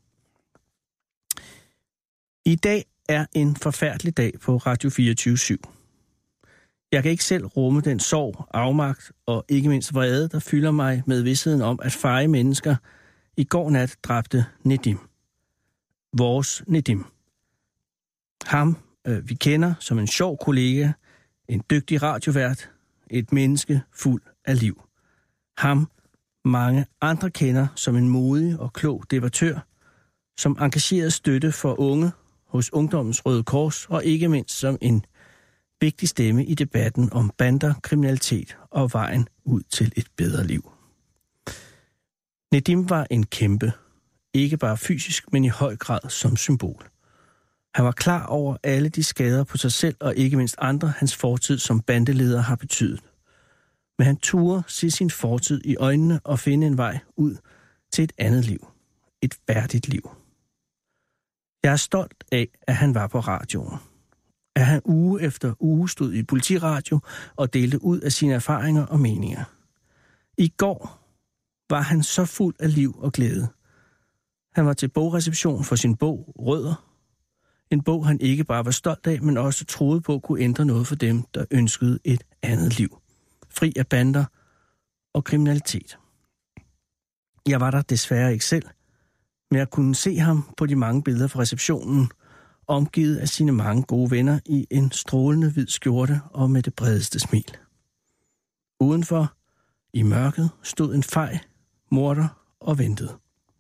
I dag er en forfærdelig dag på Radio fireogtyve syv. Jeg kan ikke selv rumme den sorg, afmagt og ikke mindst vrede, der fylder mig med vidstheden om, at feje mennesker i går nat dræbte Nedim. Vores Nedim. Ham, øh, vi kender som en sjov kollega, en dygtig radiovært, et menneske fuld af liv. Ham, mange andre kender som en modig og klog debattør, som engageret støtte for unge hos Ungdommens Røde Kors, og ikke mindst som en vigtig stemme i debatten om bander, kriminalitet og vejen ud til et bedre liv. Nedim var en kæmpe, ikke bare fysisk, men i høj grad som symbol. Han var klar over alle de skader på sig selv og ikke mindst andre, hans fortid som bandeleder har betydet. Men han turde se sin fortid i øjnene og finde en vej ud til et andet liv. Et værdigt liv. Jeg er stolt af, at han var på radioen. At han uge efter uge stod i politiradio og delte ud af sine erfaringer og meninger. I går var han så fuld af liv og glæde. Han var til bogreception for sin bog Rødder. En bog, han ikke bare var stolt af, men også troede på kunne ændre noget for dem, der ønskede et andet liv. Fri af bander og kriminalitet. Jeg var der desværre ikke selv, men jeg kunne se ham på de mange billeder fra receptionen, omgivet af sine mange gode venner i en strålende hvid skjorte og med det bredeste smil. Udenfor, i mørket, stod en fej, morder og ventede.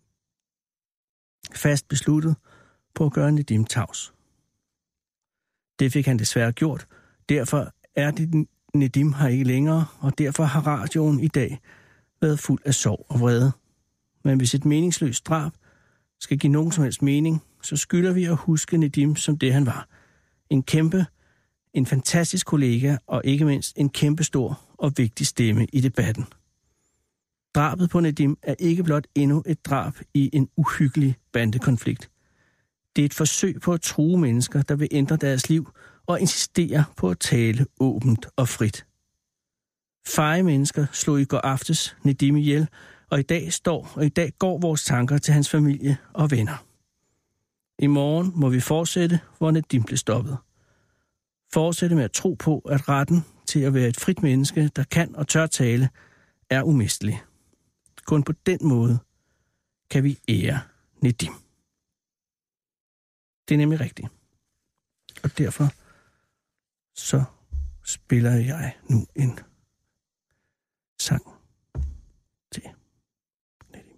Fast besluttet på at gøre Nedim tavs. Det fik han desværre gjort, derfor er det Nedim her ikke længere, og derfor har radioen i dag været fuld af sorg og vrede. Men hvis et meningsløst drab skal give nogen som helst mening, så skylder vi at huske Nedim som det han var. En kæmpe, en fantastisk kollega og ikke mindst en kæmpe stor og vigtig stemme i debatten. Drabet på Nedim er ikke blot endnu et drab i en uhyggelig bandekonflikt. Det er et forsøg på at true mennesker, der vil ændre deres liv og insistere på at tale åbent og frit. Feje mennesker slog i går aftes Nedim ihjel, og i dag står og i dag går vores tanker til hans familie og venner. I morgen må vi fortsætte, hvor Nedim blev stoppet. Fortsætte med at tro på, at retten til at være et frit menneske, der kan og tør tale, er umistelig. Kun på den måde kan vi ære Nedim. Det er nemlig rigtigt. Og derfor så spiller jeg nu en sang til Nedim.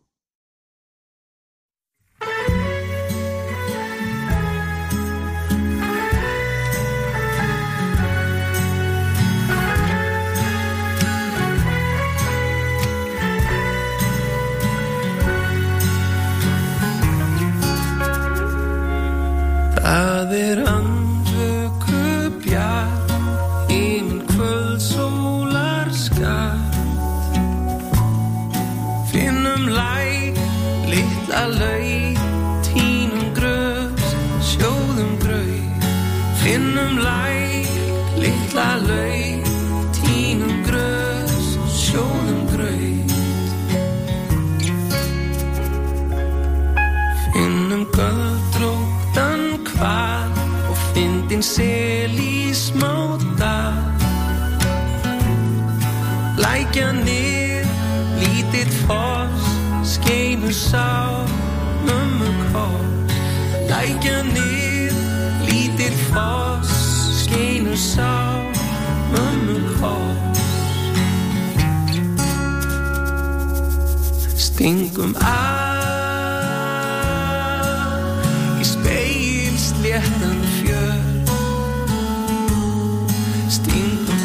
Það er andvöku bjart í minn kvöldsólar skatt. Finnum læk, litla laut, tínum grös, sjóðum grau. Finnum læk, litla laut, tínum grös, sjóðum grau. Finnum göldróttan hval og fyndin sel í smáta. Lækja nið, lítill foss, skeinu sá, mömmu koss. Lækja nið, lítill foss, skeinu sá, mömmu koss. Stingum að í speilsléttan fjörð. Stingum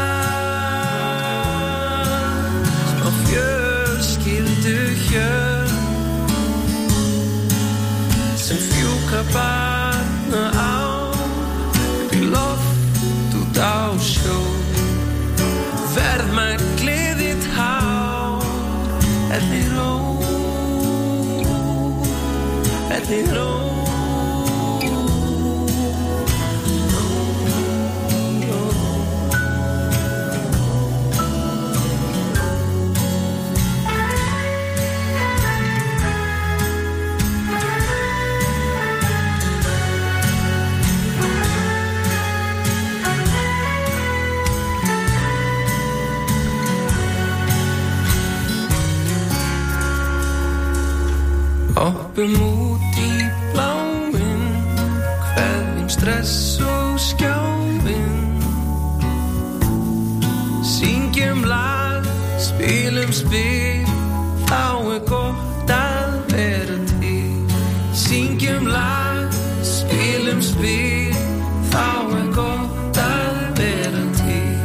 að smá fjölskyldu hjörð sem fjúka barna á upp í loft út á sjó. Verð maður gleðitt hár, elli ró, elli ró. Hoppum út í bláinn, kveðjum stress og skjáinn. Syngjum lag, spilum spil, þá er gott að vera til. Syngjum lag, spilum spil, þá er gott að vera til.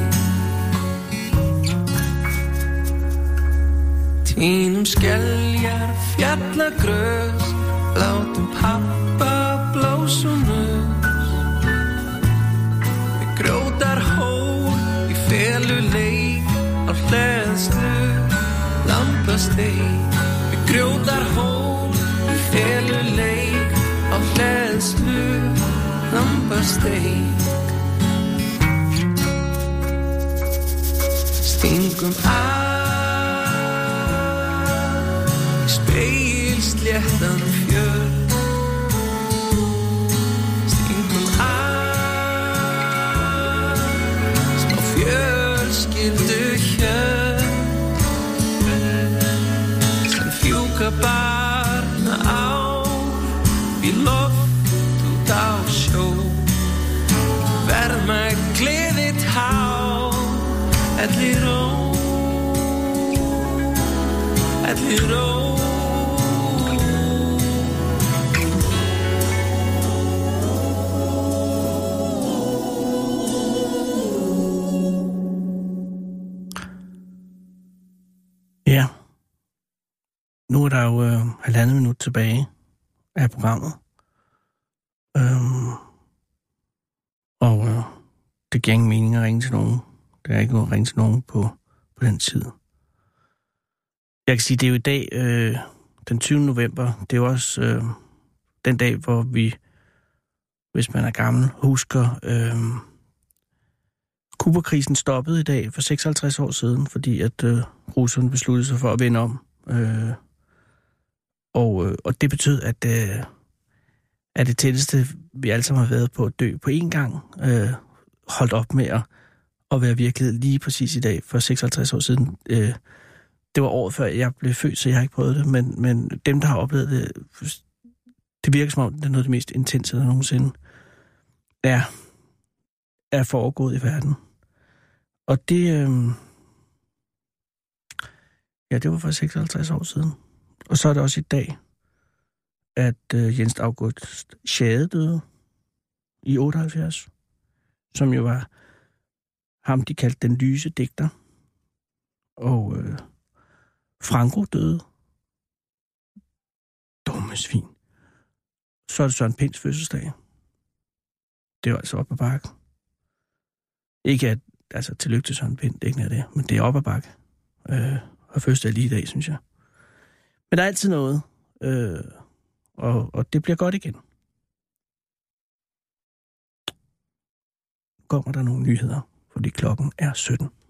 Tínum skeljar, fjallagrös, látum pappa blása og nös. Við grjótar hól í feluleik á hleðslu lambasteik. Við grjótar hól í feluleik á hleðslu lambasteik. Stingum að speilsléttan fjörð. Stingum að smá fjölskyldu hjörð sem fjúka barna á í loft út á sjó. Verð maður gleðitt hár, elli ró, elli ró. Ja, nu er der jo øh, halvandet minut tilbage af programmet. Øhm, og øh, det giver ingen mening at ringe til nogen. Der er ikke noget at ringe til nogen på, på den tid. Jeg kan sige, det er jo i dag, øh, den tyvende november, det er jo også øh, den dag, hvor vi, hvis man er gammel, husker, øh, Kubakrisen stoppede i dag for seksoghalvtreds år siden, fordi at øh, russerne besluttede sig for at vende om. Øh, og, øh, og det betød, at, øh, at det tætteste, vi alle sammen har været på at dø på én gang, øh, holdt op med at, at være virkelighed lige præcis i dag for seksoghalvtreds år siden. Øh, det var året før jeg blev født, så jeg har ikke prøvet det, men, men dem, der har oplevet det, det virker som om, det er noget af det mest intense, der nogensinde er, er foregået i verden. Og det, øh, ja, det var for seksoghalvtreds år siden. Og så er det også i dag, at øh, Jens August Schade døde i otteoghalvfjerds, som jo var ham, de kaldte den lyse digter. Og øh, Franco døde. Dumme svin. Så er det Søren Pinds fødselsdag. det er jo altså op ad bakke. Ikke at, altså tillykke til Søren Pind, det er ikke noget af det, men det er op ad bakke. Øh, og første lige i dag, synes jeg. Men der er altid noget, øh, og, og det bliver godt igen. Nu kommer der nogle nyheder, fordi klokken er sytten.